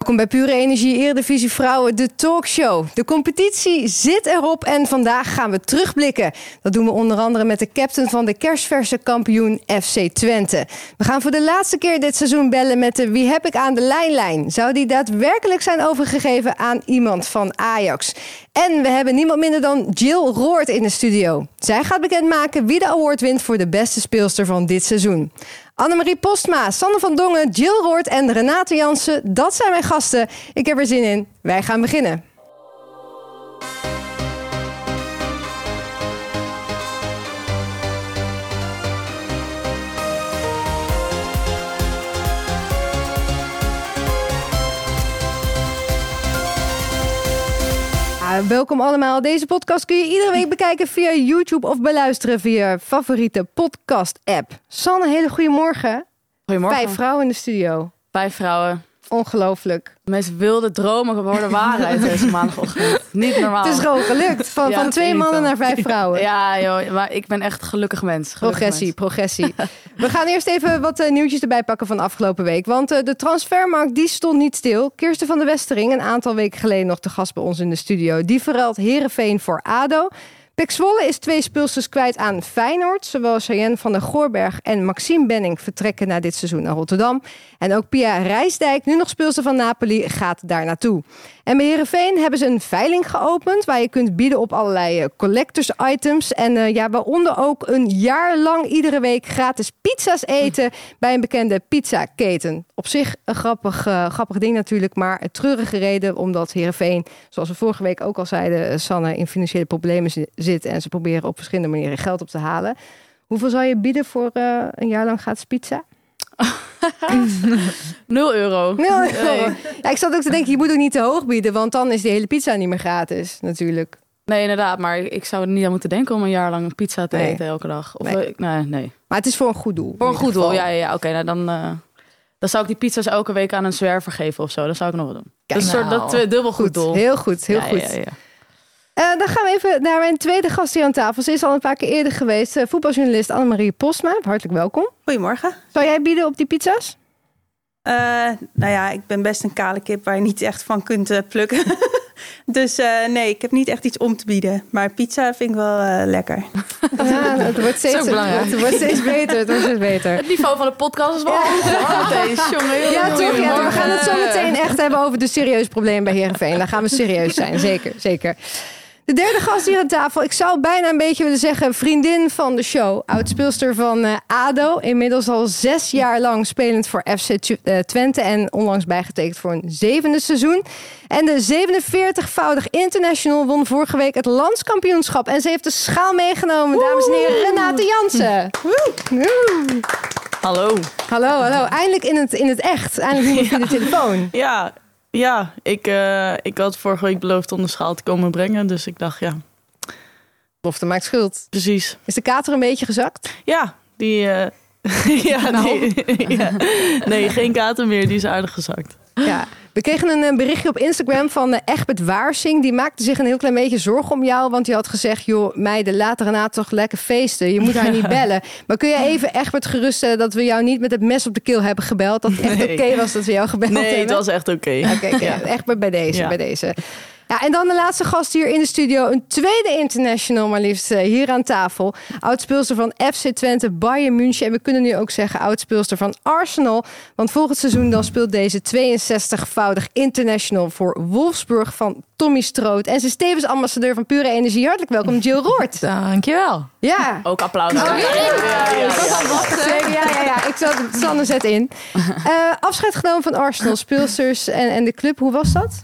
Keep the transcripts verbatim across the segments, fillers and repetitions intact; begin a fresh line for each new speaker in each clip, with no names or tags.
Welkom bij Pure Energie Eredivisie Vrouwen, de talkshow. De competitie zit erop en vandaag gaan we terugblikken. Dat doen we onder andere met de captain van de kerstverse kampioen F C Twente. We gaan voor de laatste keer dit seizoen bellen met de Wie heb ik aan de lijnlijn? Zou die daadwerkelijk zijn overgegeven aan iemand van Ajax? En we hebben niemand minder dan Jill Roord in de studio. Zij gaat bekendmaken wie de award wint voor de beste speelster van dit seizoen. Annemarie Postma, Sanne van Dongen, Jill Roord en Renate Jansen, dat zijn mijn gasten. Ik heb er zin in. Wij gaan beginnen. Welkom allemaal. Deze podcast kun je iedere week bekijken via YouTube of beluisteren via je favoriete podcast-app. Sanne, hele goedemorgen.
Goedemorgen.
Vijf vrouwen in de studio.
Vijf vrouwen.
Ongelooflijk.
De meest wilde dromen worden waarheid deze maandagochtend. Niet normaal.
Het is gewoon gelukt. Van,
Ja,
van twee mannen naar vijf vrouwen.
Ja, joh, maar ik ben echt een gelukkig mens. Gelukkig
Progressie,
mens.
progressie. We gaan eerst even wat uh, nieuwtjes erbij pakken van de afgelopen week. Want uh, de transfermarkt die stond niet stil. Kirsten van der Westering, een aantal weken geleden nog te gast bij ons in de studio. Die verruilt Heerenveen voor ADO. P E C Zwolle is twee speelsters kwijt aan Feyenoord. Zowel Cheyenne van der Goorberg en Maxime Benning vertrekken na dit seizoen naar Rotterdam. En ook Pia Rijsdijk, nu nog speelster van Napoli, gaat daar naartoe. En bij Heerenveen hebben ze een veiling geopend waar je kunt bieden op allerlei uh, collectors items. En uh, ja, waaronder ook een jaar lang iedere week gratis pizza's eten bij een bekende pizzaketen. Op zich een grappig, uh, grappig ding natuurlijk, maar een treurige reden omdat Heerenveen, zoals we vorige week ook al zeiden, uh, Sanne, in financiële problemen zi- zit en ze proberen op verschillende manieren geld op te halen. Hoeveel zou je bieden voor uh, een jaar lang gratis pizza?
Nul euro.
Nul euro.
Nee.
Ja, ik zat ook te denken, je moet ook niet te hoog bieden, want dan is die hele pizza niet meer gratis natuurlijk.
Nee, inderdaad. Maar ik zou er niet aan moeten denken om een jaar lang een pizza te
Nee.
eten elke dag. Of,
Nee.
nee. nee, nee.
Maar het is voor een goed doel.
Voor
in
een goed
ieder
doel.
geval.
Ja, ja, ja. Oké, nou dan, uh, dan zou ik die pizza's elke week aan een zwerver geven of zo. Dat zou ik nog wel doen.
Kijk,
dus een soort
nou.
dat uh, dubbel goed,
Goed,
doel.
heel goed, heel
Ja,
goed.
Ja, ja, ja.
Uh, dan gaan we even naar mijn tweede gast hier aan tafel. Ze is al een paar keer eerder geweest. Uh, voetbaljournalist Annemarie Postma. Hartelijk welkom.
Goedemorgen.
Zou jij bieden op die pizza's?
Uh, nou ja, ik ben best een kale kip waar je niet echt van kunt uh, plukken. dus uh, nee, ik heb niet echt iets om te bieden. Maar pizza vind ik wel uh, lekker.
Ja, het wordt steeds,
ook belangrijk.
het wordt steeds beter. Het wordt steeds beter.
Het niveau van de podcast is wel hoog meteen. Jongen,
Ja, toch? Ja, we gaan het zo
Uh,
meteen echt hebben over de serieuze problemen bij Heerenveen. Daar gaan we serieus zijn. Zeker, zeker. De derde gast hier aan tafel. Ik zou bijna een beetje willen zeggen vriendin van de show. Oudspeelster van uh, ADO. Inmiddels al zes jaar lang spelend voor F C Twente. En onlangs bijgetekend voor een zevende seizoen. En de zevenenveertigvoudig international won vorige week het landskampioenschap. En ze heeft de schaal meegenomen. Dames en heren, Renate Jansen. Woe. Woe.
Hallo.
Hallo, hallo. Eindelijk in het, in het echt. Eindelijk niet via de telefoon.
Ja, ja ik, uh, ik had vorige week beloofd om de schaal te komen brengen. Dus ik dacht, ja,
Belofte maakt schuld.
precies.
Is de kater een beetje gezakt?
Ja, die... Uh, ja,
Nou.
nee, ja. nee, geen kater meer. Die is aardig gezakt.
Ja. We kregen een, een berichtje op Instagram van uh, Egbert Waarsing. Die maakte zich een heel klein beetje zorgen om jou. Want die had gezegd, joh, meiden, laat Renate toch lekker feesten. Je moet haar niet bellen. Maar kun je even Egbert geruststellen dat we jou niet met het mes op de keel hebben gebeld? Dat het echt
Nee.
oké okay was dat we jou gebeld
Nee,
hebben?
het was echt oké. Okay.
Oké, okay,
Ja.
okay. Egbert bij deze,
Ja.
bij deze. Ja, en dan de laatste gast hier in de studio. Een tweede international, maar liefst uh, hier aan tafel. Oudspeelster van F C Twente, Bayern München. En we kunnen nu ook zeggen oudspeelster van Arsenal. Want volgend seizoen dan speelt deze tweeënzestigvoudig international voor Wolfsburg van Tommy Stroot. En ze is tevens ambassadeur van Pure Energie. Hartelijk welkom, Jill Roord.
Dankjewel.
Ja.
Ook applaus.
Oh, ja, ja, ja, ja.
Ik was aan het wachten.
Zeker, ja, ja, ja. Ik zat Sanne zet in. Uh, afscheid genomen van Arsenal, speelsters en, en de club. Hoe was dat?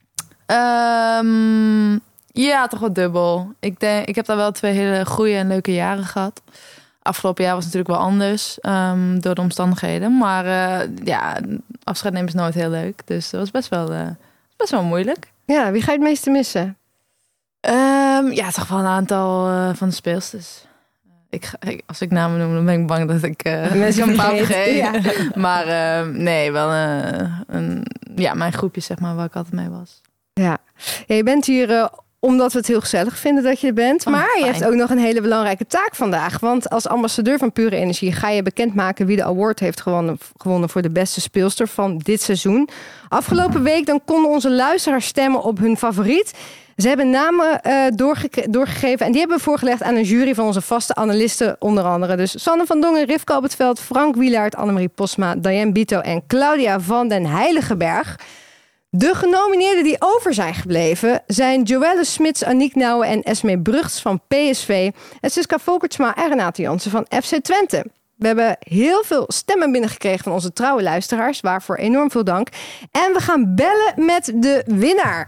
Um, ja, toch wat dubbel. Ik, denk, ik heb daar wel twee hele goede en leuke jaren gehad. Afgelopen jaar was het natuurlijk wel anders. Um, door de omstandigheden. Maar uh, ja, afscheid nemen is nooit heel leuk. Dus dat was best wel, uh, best wel moeilijk.
Ja, wie ga je het meeste missen?
Um, ja, toch wel een aantal uh, van de speelsters. Ik, ga- ik, als ik namen noem, dan ben ik bang dat ik uh,
Mensen
een paar
vergeet.
vergeet.
Ja.
Maar uh, nee, wel uh, een, ja, mijn groepje zeg maar waar ik altijd mee was.
Ja, ja je bent hier uh, Omdat we het heel gezellig vinden dat je er bent.
Oh,
maar je
fijn.
hebt ook nog een hele belangrijke taak vandaag. Want als ambassadeur van Pure Energie ga je bekendmaken wie de award heeft gewonnen, gewonnen voor de beste speelster van dit seizoen. Afgelopen week dan konden onze luisteraars stemmen op hun favoriet. Ze hebben namen uh, doorge- doorgegeven en die hebben we voorgelegd aan een jury van onze vaste analisten onder andere. Dus Sanne van Dongen, Rivka op het veld, Frank Wielaert, Annemarie Posma, Diane Bito en Claudia van den Heiligenberg. De genomineerden die over zijn gebleven zijn Joelle Smits, Aniek Nouwen en Esmee Brugts van P S V. En Siska Volkertsma en Renate Jansen van F C Twente. We hebben heel veel stemmen binnengekregen van onze trouwe luisteraars. Waarvoor enorm veel dank. En we gaan bellen met de winnaar.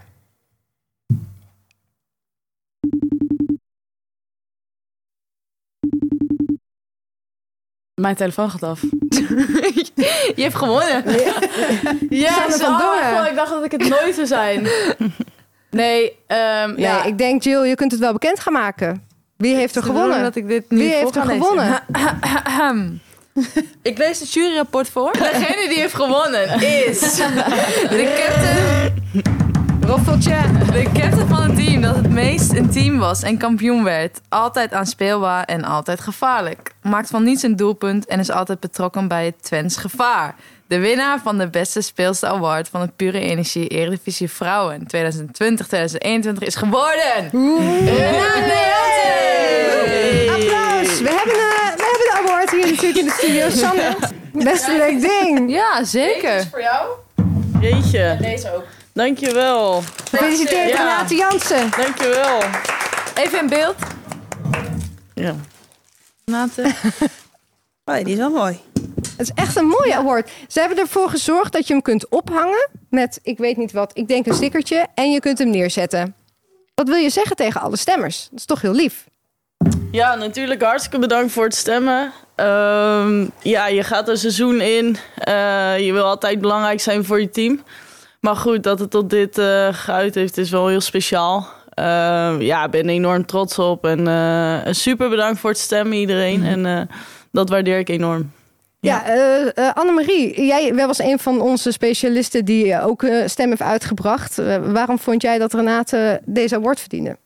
Mijn telefoon gaat af.
Je hebt gewonnen.
Yes,
Sanne van
oh,
Dongen.
God, ik dacht dat ik het nooit zou zijn. Nee, um,
Nee,
ja.
ik denk, Jill, je kunt het wel bekend gaan maken. Wie heeft er gewonnen?
Dat ik dit nu
Wie
voor
heeft er
ga lezen.
gewonnen?
Ik lees het juryrapport voor. Degene die heeft gewonnen is de captain,
Roffeltje.
de captain van het team dat het meest intiem was en kampioen werd. Altijd aanspeelbaar en altijd gevaarlijk. Maakt van niets een doelpunt en is altijd betrokken bij het Twents gevaar. De winnaar van de beste speelster award van het Pure Energie Eredivisie Vrouwen twintig twintig twintig eenentwintig is geworden. Renate Jansen!
Applaus. We hebben, uh, we hebben de award hier natuurlijk in de studio. Sanne, best een leuk ding.
Ja, zeker.
voor jou.
Jeetje.
Deze ook.
Dankjewel.
Gefeliciteerd,
Ja.
Renate Jansen.
Dankjewel.
Even in beeld.
Ja.
Renate.
Oh, die is wel mooi.
Het is echt een mooie award. Ze hebben ervoor gezorgd dat je hem kunt ophangen met, ik weet niet wat, ik denk een stickertje. En je kunt hem neerzetten. Wat wil je zeggen tegen alle stemmers? Dat is toch heel lief.
Ja, natuurlijk hartstikke bedankt voor het stemmen. Um, ja, je gaat een seizoen in. Uh, je wil altijd belangrijk zijn voor je team. Maar goed, dat het tot dit uh, geuit heeft is wel heel speciaal. Uh, ja, ik ben enorm trots op. En uh, super bedankt voor het stemmen iedereen. Mm-hmm. En uh, dat waardeer ik enorm.
Ja, ja uh, uh, Annemarie, jij was een van onze specialisten die ook uh, stem heeft uitgebracht. Uh, waarom vond jij dat Renate deze award verdiende?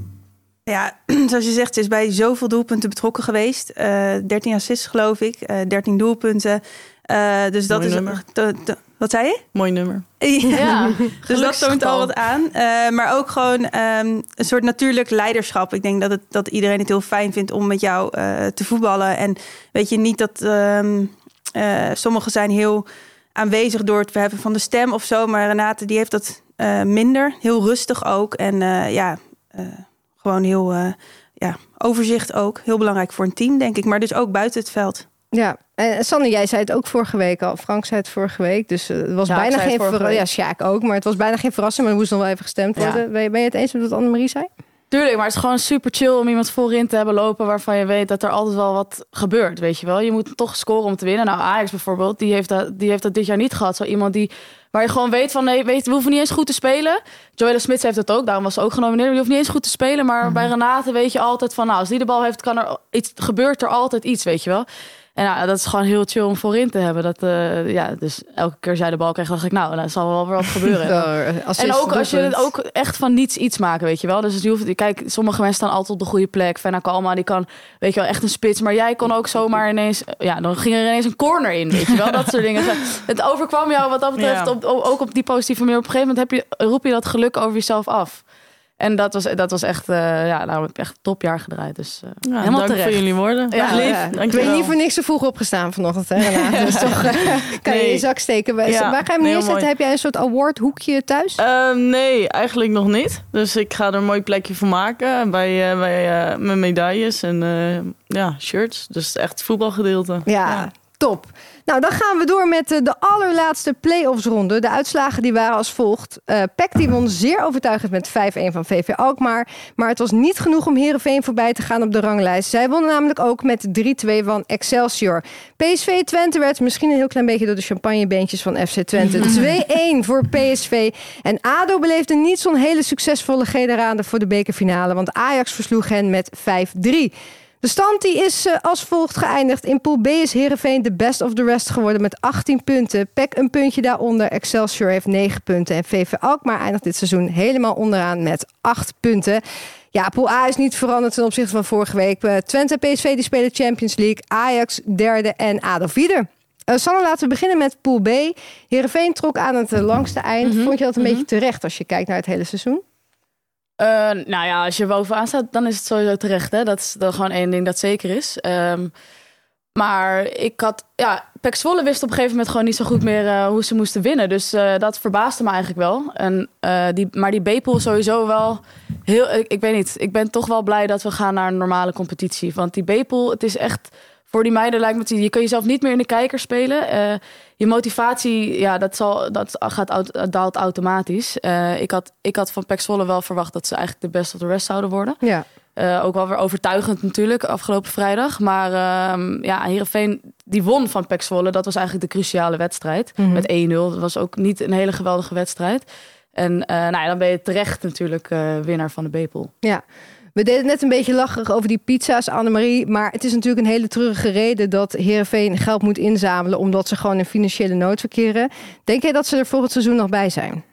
Ja, zoals je zegt, ze is bij zoveel doelpunten betrokken geweest. Uh, dertien assists geloof ik, uh, dertien doelpunten. Uh, dus dat
Mooi
is...
nummer.
Te, te, wat zei je?
Mooi nummer.
Ja,
Ja,
dus dat toont al wat aan. Uh, maar ook gewoon um, een soort natuurlijk leiderschap. Ik denk dat, het, dat iedereen het heel fijn vindt om met jou uh, te voetballen. En weet je, niet dat... Um, uh, sommigen zijn heel aanwezig door het verheffen van de stem of zo. Maar Renate, die heeft dat uh, minder. Heel rustig ook. En uh, ja... Uh, Gewoon heel uh, ja, overzicht ook. Heel belangrijk voor een team, denk ik. Maar dus ook buiten het veld.
Ja, en Sanne, jij zei het ook vorige week al. Frank zei het vorige week. Dus uh, het was
Ja,
bijna geen
verrassing.
Ja, Sjaak ook. Maar het was bijna geen verrassing. Maar er moest nog wel even gestemd worden.
Ja.
Ben, je, ben je het eens met wat Annemarie zei?
Tuurlijk, maar het is gewoon super chill om iemand voorin te hebben lopen waarvan je weet dat er altijd wel wat gebeurt, weet je wel. Je moet toch scoren om te winnen. Nou, Ajax bijvoorbeeld, die heeft dat, die heeft dat dit jaar niet gehad. Zo iemand die, waar je gewoon weet van, nee, weet, we hoeven niet eens goed te spelen. Joelle Smits heeft het ook, daarom was ze ook genomineerd. Je hoeft niet eens goed te spelen, maar mm-hmm. bij Renate weet je altijd van, nou, als die de bal heeft, kan er iets, gebeurt er altijd iets, weet je wel. En nou, dat is gewoon heel chill om voorin te hebben. Dat, uh, ja, dus elke keer als jij de bal kreeg, dacht ik, nou, dan zal wel weer wat gebeuren.
Assist,
en ook als je het
doelpunt.
ook echt van niets iets maken, weet je wel. Dus je hoeft, kijk, sommige mensen staan altijd op de goede plek. Fenna Kalma, die kan, weet je wel, echt een spits. Maar jij kon ook zomaar ineens, ja, dan ging er ineens een corner in, weet je wel. Dat soort dingen. Het overkwam jou wat dat betreft,
Ja.
op, ook op die positieve manier. Op een gegeven moment heb je, roep je dat geluk over jezelf af. En dat was, dat was echt, uh, ja, nou heb ik echt een topjaar gedraaid. Dus uh,
Ja,
helemaal
dank
terecht.
voor jullie woorden.
Ja,
Lief,
ja. Ik
dankjewel.
ben niet voor niks zo vroeg opgestaan vanochtend, hè, Renate. Dus toch uh, kan je
Nee.
in je zak steken. Waar
Ja,
ga je hem
heel
neerzetten?
mooi.
Heb jij een soort awardhoekje thuis?
Uh, nee, eigenlijk nog niet. Dus ik ga er een mooi plekje voor maken bij, uh, bij uh, mijn medailles en uh, ja, shirts. Dus echt het voetbalgedeelte.
Ja,
Ja.
top. Nou, dan gaan we door met de allerlaatste play-offsronde. De uitslagen die waren als volgt. Uh, P E C die won zeer overtuigend met vijf-een van V V Alkmaar. Maar het was niet genoeg om Heerenveen voorbij te gaan op de ranglijst. Zij wonnen namelijk ook met drie-twee van Excelsior. P S V Twente werd misschien een heel klein beetje door de champagnebeentjes van F C Twente. twee-een voor P S V. En ADO beleefde niet zo'n hele succesvolle generade voor de bekerfinale. Want Ajax versloeg hen met vijf-drie. De stand die is uh, als volgt geëindigd. In Pool B is Heerenveen de best of the rest geworden met achttien punten. P E C een puntje daaronder. Excelsior heeft negen punten. En V V Alkmaar eindigt dit seizoen helemaal onderaan met acht punten. Ja, Pool A is niet veranderd ten opzichte van vorige week. Uh, Twente en P S V die spelen Champions League. Ajax derde en A D O vierde. Uh, Sanne, laten we beginnen met Pool B. Heerenveen trok aan het uh, langste eind.
Mm-hmm.
Vond je dat een
mm-hmm.
beetje terecht als je kijkt naar het hele seizoen?
Uh, nou ja, als je bovenaan staat, dan is het sowieso terecht. Hè? Dat is dan gewoon één ding dat zeker is. Um, maar ik had... Ja, P E C Zwolle wist op een gegeven moment gewoon niet zo goed meer uh, hoe ze moesten winnen. Dus uh, dat verbaasde me eigenlijk wel. En, uh, die, maar die B-pool sowieso wel heel... Ik, ik weet niet, ik ben toch wel blij dat we gaan naar een normale competitie. Want die B-pool, het is echt... Voor die meiden lijkt me, je kun jezelf niet meer in de kijker spelen. Uh, je motivatie, ja, dat, zal, dat gaat, daalt automatisch. Uh, ik, had, ik had van P E C Zwolle wel verwacht dat ze eigenlijk de best of the rest zouden worden. Ja. Uh, ook wel weer overtuigend natuurlijk, afgelopen vrijdag. Maar uh, ja, Heerenveen, die won van P E C Zwolle. Dat was eigenlijk de cruciale wedstrijd. Mm-hmm. Met één nul. Dat was ook niet een hele geweldige wedstrijd. En uh, nou ja, dan ben je terecht natuurlijk uh, winnaar van de B-pool.
Ja. We deden net een beetje lacherig over die pizza's, Annemarie. Maar het is natuurlijk een hele treurige reden dat Heerenveen geld moet inzamelen, omdat ze gewoon in financiële nood verkeren. Denk jij dat ze er volgend seizoen nog bij zijn?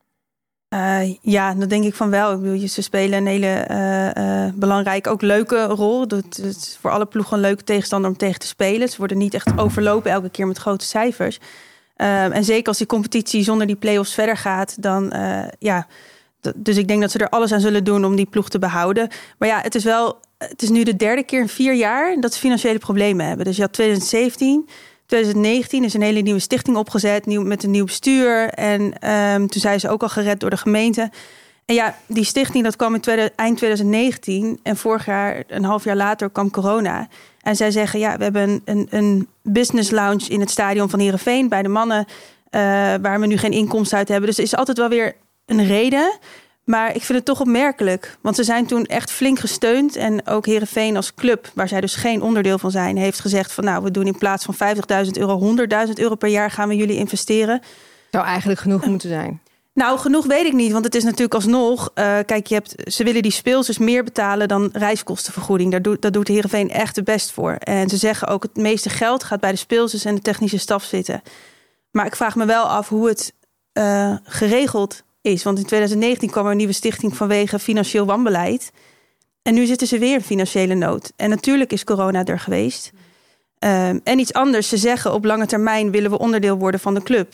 Uh, ja, dat denk ik van wel. Ik bedoel, ze spelen een hele uh, uh, belangrijke, ook leuke rol. Het is voor alle ploegen een leuke tegenstander om tegen te spelen. Ze worden niet echt overlopen elke keer met grote cijfers. Uh, en zeker als die competitie zonder die play-offs verder gaat, dan uh, ja... Dus ik denk dat ze er alles aan zullen doen om die ploeg te behouden. Maar ja, het is wel, het is nu de derde keer in vier jaar dat ze financiële problemen hebben. Dus je had twintig zeventien, twintig negentien is een hele nieuwe stichting opgezet, nieuw, met een nieuw bestuur. En um, toen zijn ze ook al gered door de gemeente. En ja, die stichting dat kwam in tweede, eind twintig negentien. En vorig jaar, een half jaar later, kwam corona. En zij zeggen, ja, we hebben een, een, een business lounge in het stadion van Heerenveen bij de mannen, uh, waar we nu geen inkomsten uit hebben. Dus er is altijd wel weer een reden. Maar ik vind het toch opmerkelijk. Want ze zijn toen echt flink gesteund. En ook Heerenveen als club, waar zij dus geen onderdeel van zijn, heeft gezegd van nou, we doen in plaats van vijftigduizend euro, honderdduizend euro per jaar gaan we jullie investeren.
Zou eigenlijk genoeg uh, moeten zijn.
Nou, genoeg weet ik niet. Want het is natuurlijk alsnog, uh, kijk, je hebt, ze willen die speelsters meer betalen dan reiskostenvergoeding. Daar doet, dat doet Heerenveen echt het best voor. En ze zeggen ook het meeste geld gaat bij de speelsters en de technische staf zitten. Maar ik vraag me wel af hoe het uh, geregeld is. Want in twintig negentien kwam er een nieuwe stichting vanwege financieel wanbeleid. En nu zitten ze weer in financiële nood. En natuurlijk is corona er geweest. Um, en iets anders, ze zeggen op lange termijn willen we onderdeel worden van de club.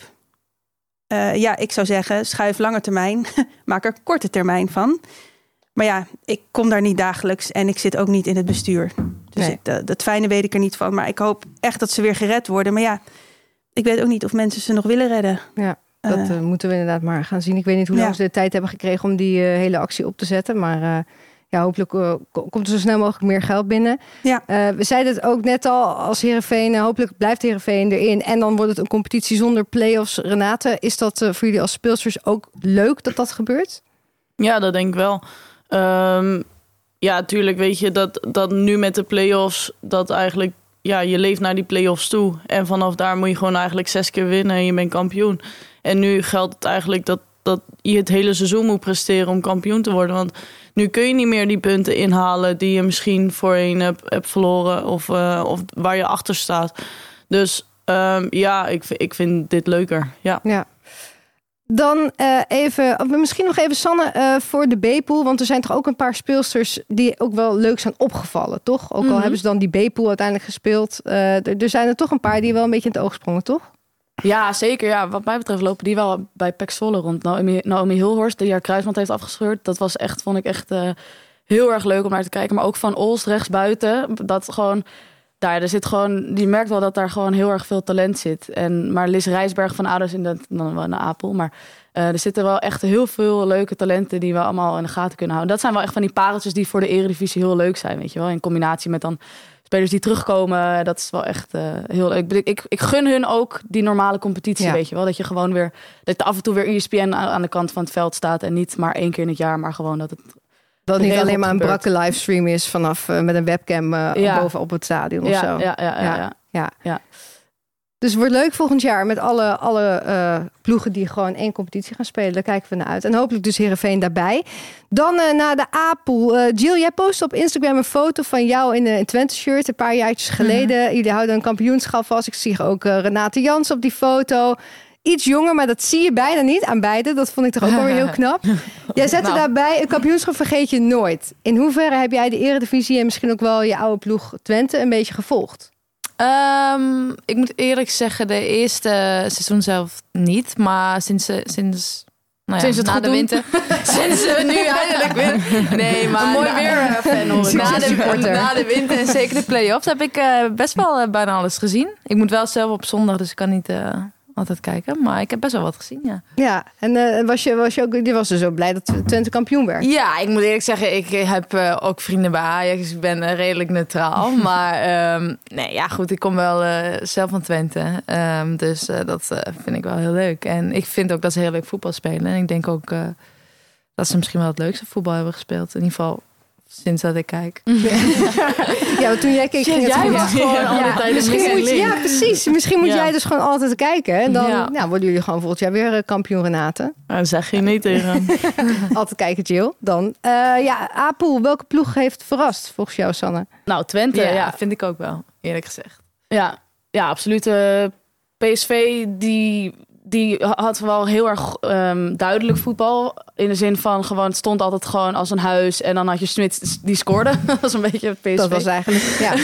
Uh, ja, ik zou zeggen, schuif lange termijn, maak er korte termijn van. Maar ja, ik kom daar niet dagelijks en ik zit ook niet in het bestuur. Dus
nee.
het, dat fijne weet ik er niet van. Maar ik hoop echt dat ze weer gered worden. Maar ja, ik weet ook niet of mensen ze nog willen redden.
Ja. Dat uh, moeten we inderdaad maar gaan zien. Ik weet niet hoe lang ja. ze de tijd hebben gekregen om die uh, hele actie op te zetten. Maar uh, ja, hopelijk uh, komt er zo snel mogelijk meer geld binnen. Ja. Uh, we zeiden het ook net al, als Heerenveen, uh, hopelijk blijft Heerenveen erin. En dan wordt het een competitie zonder play-offs. Renate, is dat uh, voor jullie als speelsters ook leuk dat dat gebeurt?
Ja, dat denk ik wel. Um, ja, natuurlijk weet je dat, dat nu met de play-offs, dat eigenlijk, ja, je leeft naar die play-offs toe. En vanaf daar moet je gewoon eigenlijk zes keer winnen en je bent kampioen. En nu geldt het eigenlijk dat, dat je het hele seizoen moet presteren om kampioen te worden. Want nu kun je niet meer die punten inhalen die je misschien voorheen hebt, hebt verloren. Of, uh, of waar je achter staat. Dus um, ja, ik, ik vind dit leuker. Ja.
ja. Dan uh, even, misschien nog even Sanne uh, voor de B-pool. Want er zijn toch ook een paar speelsters die ook wel leuk zijn opgevallen, toch? Ook al mm-hmm. hebben ze dan die B-pool uiteindelijk gespeeld. Uh, er, er zijn er toch een paar die wel een beetje in het oog sprongen, toch?
Ja, zeker. Ja, wat mij betreft lopen die wel bij P E C Zwolle rond. Naomi, Naomi Hilhorst, die haar kruisband heeft afgescheurd. Dat was echt, vond ik echt uh, heel erg leuk om naar te kijken. Maar ook Van Olst rechtsbuiten. Dat gewoon, daar er zit gewoon, die merkt wel dat daar gewoon heel erg veel talent zit. En, maar Liz Rijsberg van A D O is in de, dan wel naar Apel. Maar uh, er zitten wel echt heel veel leuke talenten die we allemaal in de gaten kunnen houden. Dat zijn wel echt van die pareltjes die voor de Eredivisie heel leuk zijn, weet je wel. In combinatie met dan spelers die terugkomen, dat is wel echt uh, heel leuk. Ik, ik, ik gun hun ook die normale competitie, ja. weet je wel. Dat je gewoon weer, dat er af en toe weer E S P N aan, aan de kant van het veld staat. En niet maar één keer in het jaar, maar gewoon dat het...
Dat het niet alleen maar een brakke livestream is vanaf uh, met een webcam uh, ja. bovenop het stadion of
ja,
zo.
Ja, ja, ja. ja, ja.
ja.
ja.
Dus het wordt leuk volgend jaar met alle, alle uh, ploegen die gewoon één competitie gaan spelen. Daar kijken we naar uit. En hopelijk dus Heerenveen daarbij. Dan uh, naar de A-pool. Uh, Jill, jij postte op Instagram een foto van jou in een Twente-shirt een paar jaartjes geleden. Mm-hmm. Jullie houden een kampioenschap vast. Ik zie ook uh, Renate Jans op die foto. Iets jonger, maar dat zie je bijna niet aan beide. Dat vond ik toch ook wel weer heel knap. Jij zette nou. daarbij, een kampioenschap vergeet je nooit. In hoeverre heb jij de Eredivisie en misschien ook wel je oude ploeg Twente een beetje gevolgd?
Um, ik moet eerlijk zeggen, de eerste seizoen zelf niet. Maar sinds, sinds, nou ja,
sinds het
na de
doen.
winter. Sinds we nu eindelijk weer. Nee, maar
een mooi
na,
weer fan hoor.
Na de, na de winter en zeker de play-offs heb ik uh, best wel uh, bijna alles gezien. Ik moet wel zelf op zondag, dus ik kan niet uh, altijd kijken. Maar ik heb best wel wat gezien, ja.
Ja, en uh, was je, was je ook, je was dus zo blij dat Twente kampioen werd?
Ja, ik moet eerlijk zeggen, ik heb uh, ook vrienden bij Ajax. Ik ben uh, redelijk neutraal. Maar um, nee, ja goed, ik kom wel uh, zelf van Twente. Um, dus uh, dat uh, vind ik wel heel leuk. En ik vind ook dat ze heel leuk voetbal spelen. En ik denk ook uh, dat ze misschien wel het leukste voetbal hebben gespeeld. In ieder geval sinds dat ik kijk.
Ja, want toen jij keek, ging
jij
het
was gewoon
ja.
altijd
Ja, misschien moet je, ja, precies. Misschien moet
ja.
jij dus gewoon altijd kijken. En dan
ja.
Ja, worden jullie gewoon volgend jaar weer kampioen, Renate.
Nou, zeg je niet tegen.
Altijd kijken, Jill. Dan, uh, ja, A-pool. Welke ploeg heeft verrast volgens jou, Sanne?
Nou, Twente,
Ja,
ja.
vind ik ook wel, eerlijk gezegd.
Ja, ja absoluut. Uh, P S V, die, die had wel heel erg um, duidelijk voetbal. In de zin van gewoon, het stond altijd gewoon als een huis. En dan had je Smit, die scoorde. Dat was een beetje het P S V.
Dat was eigenlijk, ja.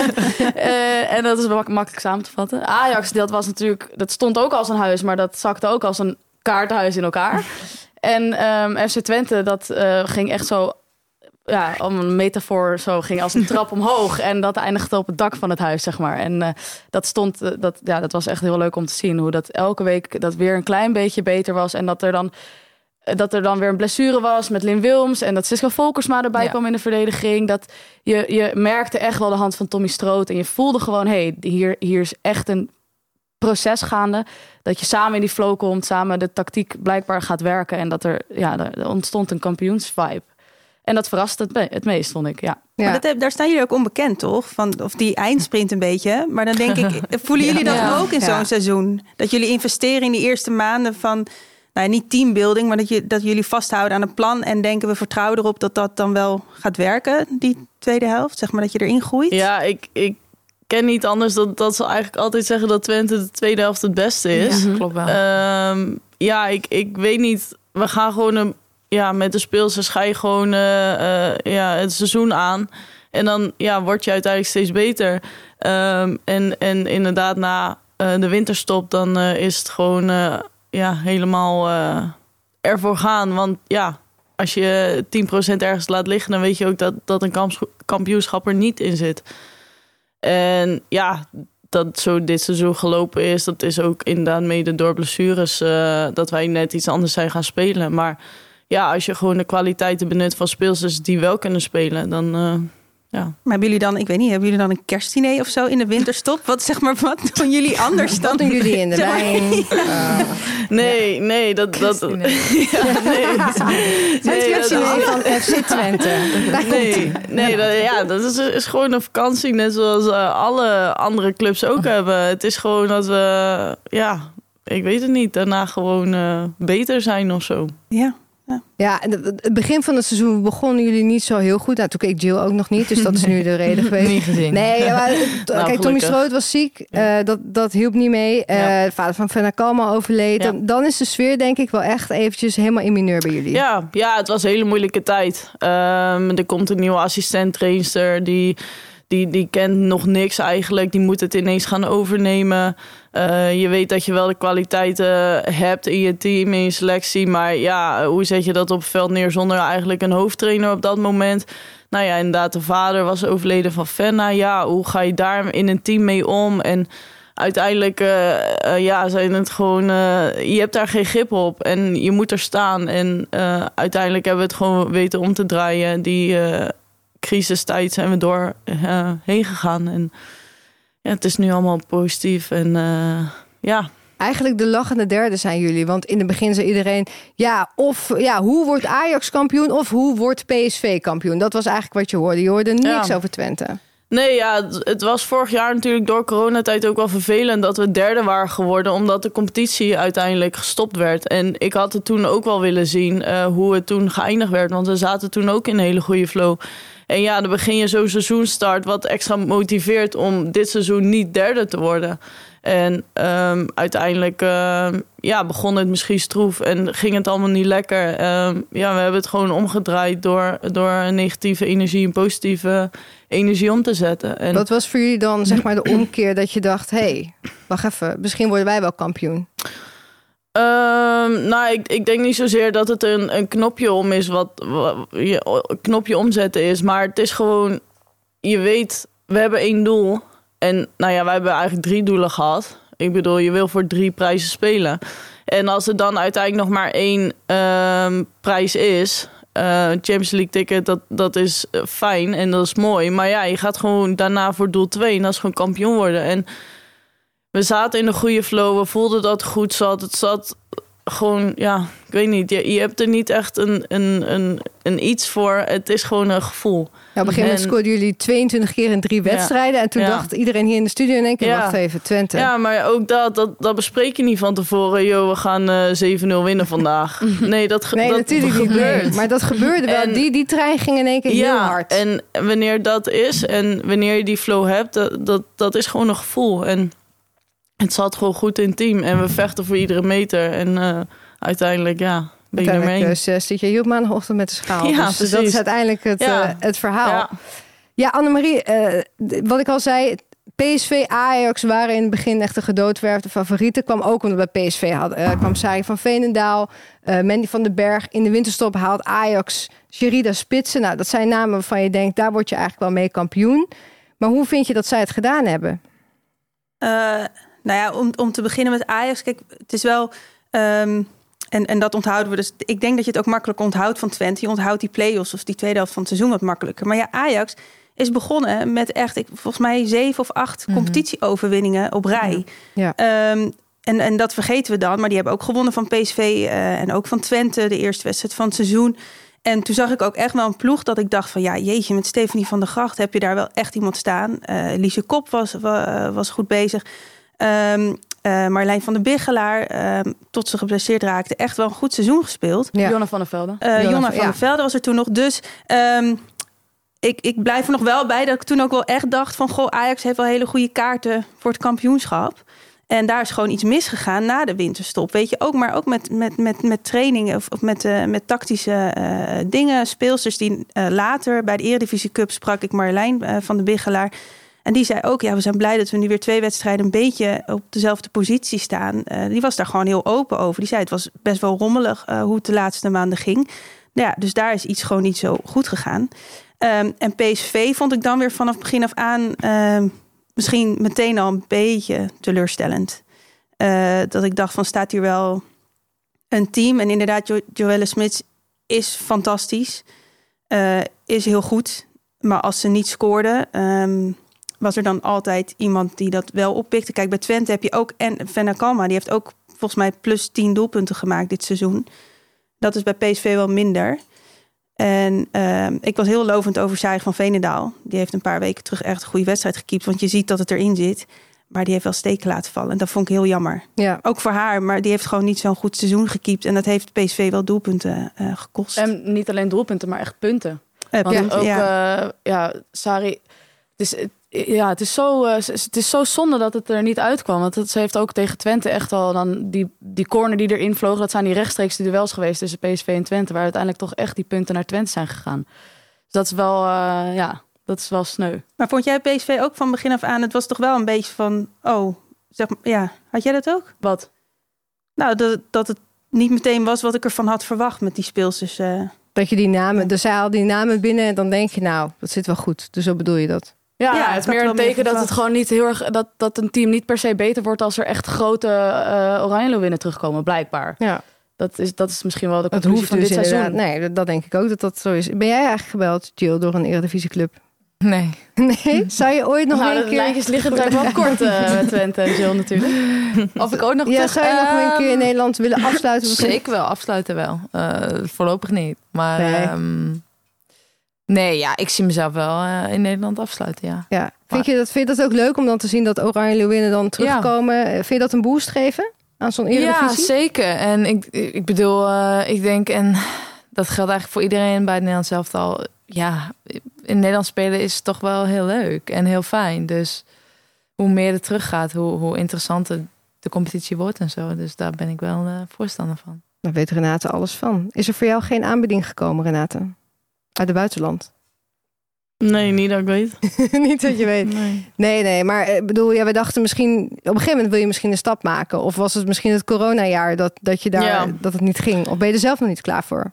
uh, en dat is mak- makkelijk samen te vatten. Ajax, dat was natuurlijk, dat stond ook als een huis, maar dat zakte ook als een kaartenhuis in elkaar. En um, F C Twente, dat uh, ging echt zo, ja, om een metafoor, zo ging als een trap omhoog. En dat eindigde op het dak van het huis, zeg maar. En uh, dat stond, uh, dat, ja, dat was echt heel leuk om te zien. Hoe dat elke week dat weer een klein beetje beter was. En dat er dan, uh, dat er dan weer een blessure was met Lin Wilms. En dat Siska Volkersma erbij ja. kwam in de verdediging. Dat je, je merkte echt wel de hand van Tommy Stroot. En je voelde gewoon, hé, hey, hier, hier is echt een proces gaande. Dat je samen in die flow komt. Samen de tactiek blijkbaar gaat werken. En dat er, ja, er ontstond een kampioensvibe. En dat verraste het, me- het meest, vond ik, ja.
Ja.
Maar dat, daar staan jullie ook onbekend, toch? Van, of die eindsprint een beetje. Maar dan denk ik, voelen jullie dat
ja.
ook in
Ja.
zo'n seizoen? Dat jullie investeren in die eerste maanden van, nou niet teambuilding, maar dat, je, dat jullie vasthouden aan een plan en denken, we vertrouwen erop dat dat dan wel gaat werken, die tweede helft? Zeg maar dat je erin groeit?
Ja, ik, ik ken niet anders dat, dat ze eigenlijk altijd zeggen dat Twente de tweede helft het beste is.
Ja, klopt wel.
Um, ja, ik, ik weet niet. We gaan gewoon een Ja, met de speelsters ga je gewoon uh, uh, ja, het seizoen aan. En dan ja, word je uiteindelijk steeds beter. Um, en, en inderdaad, na uh, de winterstop, dan uh, is het gewoon uh, ja, helemaal uh, ervoor gaan. Want ja, als je tien procent ergens laat liggen, dan weet je ook dat, dat een kamp- kampioenschap er niet in zit. En ja, dat zo dit seizoen gelopen is, dat is ook inderdaad mede door blessures uh, dat wij net iets anders zijn gaan spelen. Maar ja, als je gewoon de kwaliteiten benut van speelsters die wel kunnen spelen, dan uh, ja.
Maar hebben jullie dan, ik weet niet, hebben jullie dan een kerstdiner of zo in de winterstop? Wat zeg maar, wat doen jullie anders dan?
Wat doen jullie in de
Zeg maar-
wijn? Uh,
Nee, nee, dat... dat ja, nee.
het kerstdiner van F C Twente. Daar komt
Nee,
ie.
nee dat, ja, dat is, is gewoon een vakantie, net zoals uh, alle andere clubs ook hebben. Het is gewoon dat we, ja, ik weet het niet, daarna gewoon uh, beter zijn of zo.
Ja.
Ja, en het het begin van het seizoen begonnen jullie niet zo heel goed. Nou, toen keek Jill ook nog niet, dus dat is nu de reden geweest.
Niet gezien.
Nee, maar, het-
Nou,
kijk, Tommy
gelukkig.
Stroot was ziek. Uh, dat, dat hielp niet mee. Uh,
Ja.
De vader van Fenna Kalma overleed.
Ja.
Dan, dan is de sfeer denk ik wel echt eventjes helemaal in mineur bij jullie.
Ja, ja, het was een hele moeilijke tijd. Um, er komt een nieuwe assistent-trainster, die, die, die kent nog niks eigenlijk. Die moet het ineens gaan overnemen. Uh, je weet dat je wel de kwaliteiten hebt in je team, in je selectie. Maar ja, hoe zet je dat op het veld neer zonder eigenlijk een hoofdtrainer op dat moment? Nou ja, inderdaad, de vader was overleden van Fenna. Ja, hoe ga je daar in een team mee om? En uiteindelijk uh, uh, ja, zijn het gewoon, uh, je hebt daar geen grip op en je moet er staan. En uh, uiteindelijk hebben we het gewoon weten om te draaien. Die uh, crisistijd zijn we door uh, heen gegaan. En ja, het is nu allemaal positief. En uh, ja...
Eigenlijk de lachende derde zijn jullie. Want in het begin zei iedereen, ja, of ja, hoe wordt Ajax kampioen of hoe wordt P S V kampioen? Dat was eigenlijk wat je hoorde. Je hoorde niks
Ja.
over Twente.
Nee, ja, het, het was vorig jaar natuurlijk door coronatijd ook wel vervelend dat we derde waren geworden, omdat de competitie uiteindelijk gestopt werd. En ik had het toen ook wel willen zien uh, hoe het toen geëindigd werd, want we zaten toen ook in een hele goede flow. En ja, dan begin je zo'n seizoenstart wat extra motiveert om dit seizoen niet derde te worden. En um, uiteindelijk uh, ja, begon het misschien stroef en ging het allemaal niet lekker. Um, ja, we hebben het gewoon omgedraaid door, door negatieve energie in positieve energie om te zetten. En
wat was voor jullie dan zeg maar de omkeer dat je dacht, hé, hey, wacht even, misschien worden wij wel kampioen?
Um, nou, ik, ik denk niet zozeer dat het een, een knopje om is, wat, wat je, een knopje omzetten is. Maar het is gewoon, je weet, we hebben één doel. En nou ja, wij hebben eigenlijk drie doelen gehad. Ik bedoel, je wil voor drie prijzen spelen. En als er dan uiteindelijk nog maar één um, prijs is, uh, Champions League ticket, dat, dat is uh, fijn en dat is mooi. Maar ja, je gaat gewoon daarna voor doel twee en dat is gewoon kampioen worden. En we zaten in een goede flow, we voelden dat het goed zat. Het zat gewoon, ja, ik weet niet. Je, je hebt er niet echt een, een, een, een iets voor. Het is gewoon een gevoel.
Ja, op een gegeven moment scoorden jullie tweeëntwintig keer in drie wedstrijden. Ja. En toen ja. dacht iedereen hier in de studio in één keer, ja. wacht even, Twente.
Ja, maar ook dat, dat, dat bespreek je niet van tevoren. Yo, we gaan uh, zeven nul winnen vandaag. Nee, dat, ge-
nee,
dat
natuurlijk gebeurt. Niet. Maar dat gebeurde wel. En die, die trein ging in één keer
ja,
heel hard.
En wanneer dat is en wanneer je die flow hebt, dat, dat, dat is gewoon een gevoel. En het zat gewoon goed in het team. En we vechten voor iedere meter. En uh, uiteindelijk, ja, ben je nummer één.
Dus uh, zit je heel maandagochtend met de schaal.
Ja,
dus dat is uiteindelijk het, ja. uh, het verhaal. Ja, ja Annemarie, uh, wat ik al zei, P S V, Ajax waren in het begin echt de gedoodverfde favorieten. Kwam ook omdat bij P S V had, uh, kwam Sari van Veenendaal, uh, Mandy van den Berg. In de winterstop haalt Ajax Sherida Spitsen. Nou, dat zijn namen waarvan je denkt, daar word je eigenlijk wel mee kampioen. Maar hoe vind je dat zij het gedaan hebben?
Uh, nou ja, om, om te beginnen met Ajax. Kijk, het is wel... Um, en, en dat onthouden we dus. Ik denk dat je het ook makkelijk onthoudt van Twente. Je onthoudt die play-offs of die tweede helft van het seizoen wat makkelijker. Maar ja, Ajax is begonnen met echt, ik, volgens mij, zeven of acht mm-hmm. competitieoverwinningen op rij. Ja. Ja. Um, en, en dat vergeten we dan. Maar die hebben ook gewonnen van P S V uh, en ook van Twente, de eerste wedstrijd van het seizoen. En toen zag ik ook echt wel een ploeg dat ik dacht van, ja, jeetje, met Stefanie van der Gracht heb je daar wel echt iemand staan. Uh, Liesje Kop was, uh, was goed bezig. Um, Uh, Marlijn van der Biggelaar, uh, tot ze geblesseerd raakte, echt wel een goed seizoen gespeeld.
Ja. Jonna van der Velde.
Uh, Jonna, Jonna van ja. der Velde was er toen nog. Dus um, ik, ik blijf er nog wel bij dat ik toen ook wel echt dacht van, goh, Ajax heeft wel hele goede kaarten voor het kampioenschap. En daar is gewoon iets misgegaan na de winterstop. Weet je, ook maar ook met, met, met, met trainingen of, of met, uh, met tactische uh, dingen. Speelsters die uh, later bij de Eredivisie Cup sprak ik Marlijn uh, van der Biggelaar. En die zei ook, ja, we zijn blij dat we nu weer twee wedstrijden een beetje op dezelfde positie staan. Uh, die was daar gewoon heel open over. Die zei, het was best wel rommelig uh, hoe het de laatste maanden ging. Ja, dus daar is iets gewoon niet zo goed gegaan. Um, en P S V vond ik dan weer vanaf begin af aan uh, misschien meteen al een beetje teleurstellend. Uh, dat ik dacht van, staat hier wel een team? En inderdaad, jo- Joelle Smits is fantastisch. Uh, is heel goed. Maar als ze niet scoorde... Um, was er dan altijd iemand die dat wel oppikte. Kijk, bij Twente heb je ook... En Fenna Kalma, die heeft ook volgens mij plus tien doelpunten gemaakt dit seizoen. Dat is bij P S V wel minder. En uh, ik was heel lovend over Sari van Veenendaal. Die heeft een paar weken terug echt een goede wedstrijd gekiept. Want je ziet dat het erin zit. Maar die heeft wel steken laten vallen. En dat vond ik heel jammer. Ja. Ook voor haar. Maar die heeft gewoon niet zo'n goed seizoen gekiept. En dat heeft P S V wel doelpunten uh, gekost.
En niet alleen doelpunten, maar echt punten. Uh, Want ja, ook, ja. Uh, ja, Sari... Het is, ja, het is, zo, uh, het is zo zonde dat het er niet uitkwam. Want het, ze heeft ook tegen Twente echt al dan die, die corner die erin vloog. Dat zijn die rechtstreeks duels geweest tussen P S V en Twente. Waar uiteindelijk toch echt die punten naar Twente zijn gegaan. Dus dat is wel, uh, ja, dat is wel sneu.
Maar vond jij P S V ook van begin af aan? Het was toch wel een beetje van, oh, zeg maar, ja. Had jij dat ook?
Wat?
Nou, dat, dat het niet meteen was wat ik ervan had verwacht met die speelsters. Uh...
Dat je die namen, dus zij haalt die namen binnen en dan denk je, nou, dat zit wel goed. Dus zo bedoel je dat?
Ja, ja, het is meer een teken dat het gewoon niet heel erg dat, dat een team niet per se beter wordt als er echt grote uh, Oranje Leeuwinnen terugkomen, blijkbaar. Ja. Dat is, dat is misschien wel de conclusie van
dus
dit seizoen.
Nee, dat, dat denk ik ook dat dat zo is. Ben jij eigenlijk gebeld, Jill, door een Eredivisieclub?
Nee.
Nee? Zou je ooit nog
nou,
een keer...
de lijntjes liggen er wel kort uh, met Twente en Jill natuurlijk. Of ik ook nog
ja,
terug...
zou je nog um, een keer in Nederland willen afsluiten?
Zeker wel, afsluiten wel. Uh, voorlopig niet. Maar... Nee. Um, Nee, ja, ik zie mezelf wel uh, in Nederland afsluiten, ja.
ja. Vind, je dat, vind je dat ook leuk om dan te zien dat Oranje Leeuwinnen dan terugkomen? Ja. Vind je dat een boost geven aan zo'n Eredivisie?
Ja, zeker. En ik, ik bedoel, uh, ik denk, en dat geldt eigenlijk voor iedereen bij het Nederlands elftal. Ja, in Nederland spelen is toch wel heel leuk en heel fijn. Dus hoe meer er terug gaat, hoe, hoe interessanter de competitie wordt en zo. Dus daar ben ik wel uh, voorstander van.
Daar weet Renate alles van. Is er voor jou geen aanbieding gekomen, Renate? Uit het buitenland?
Nee, niet dat ik weet.
Niet dat je weet.
Nee,
nee, nee maar ik bedoel, ja, we dachten misschien... Op een gegeven moment wil je misschien een stap maken. Of was het misschien het coronajaar dat, dat, je daar, ja. dat het niet ging? Of ben je er zelf nog niet klaar voor?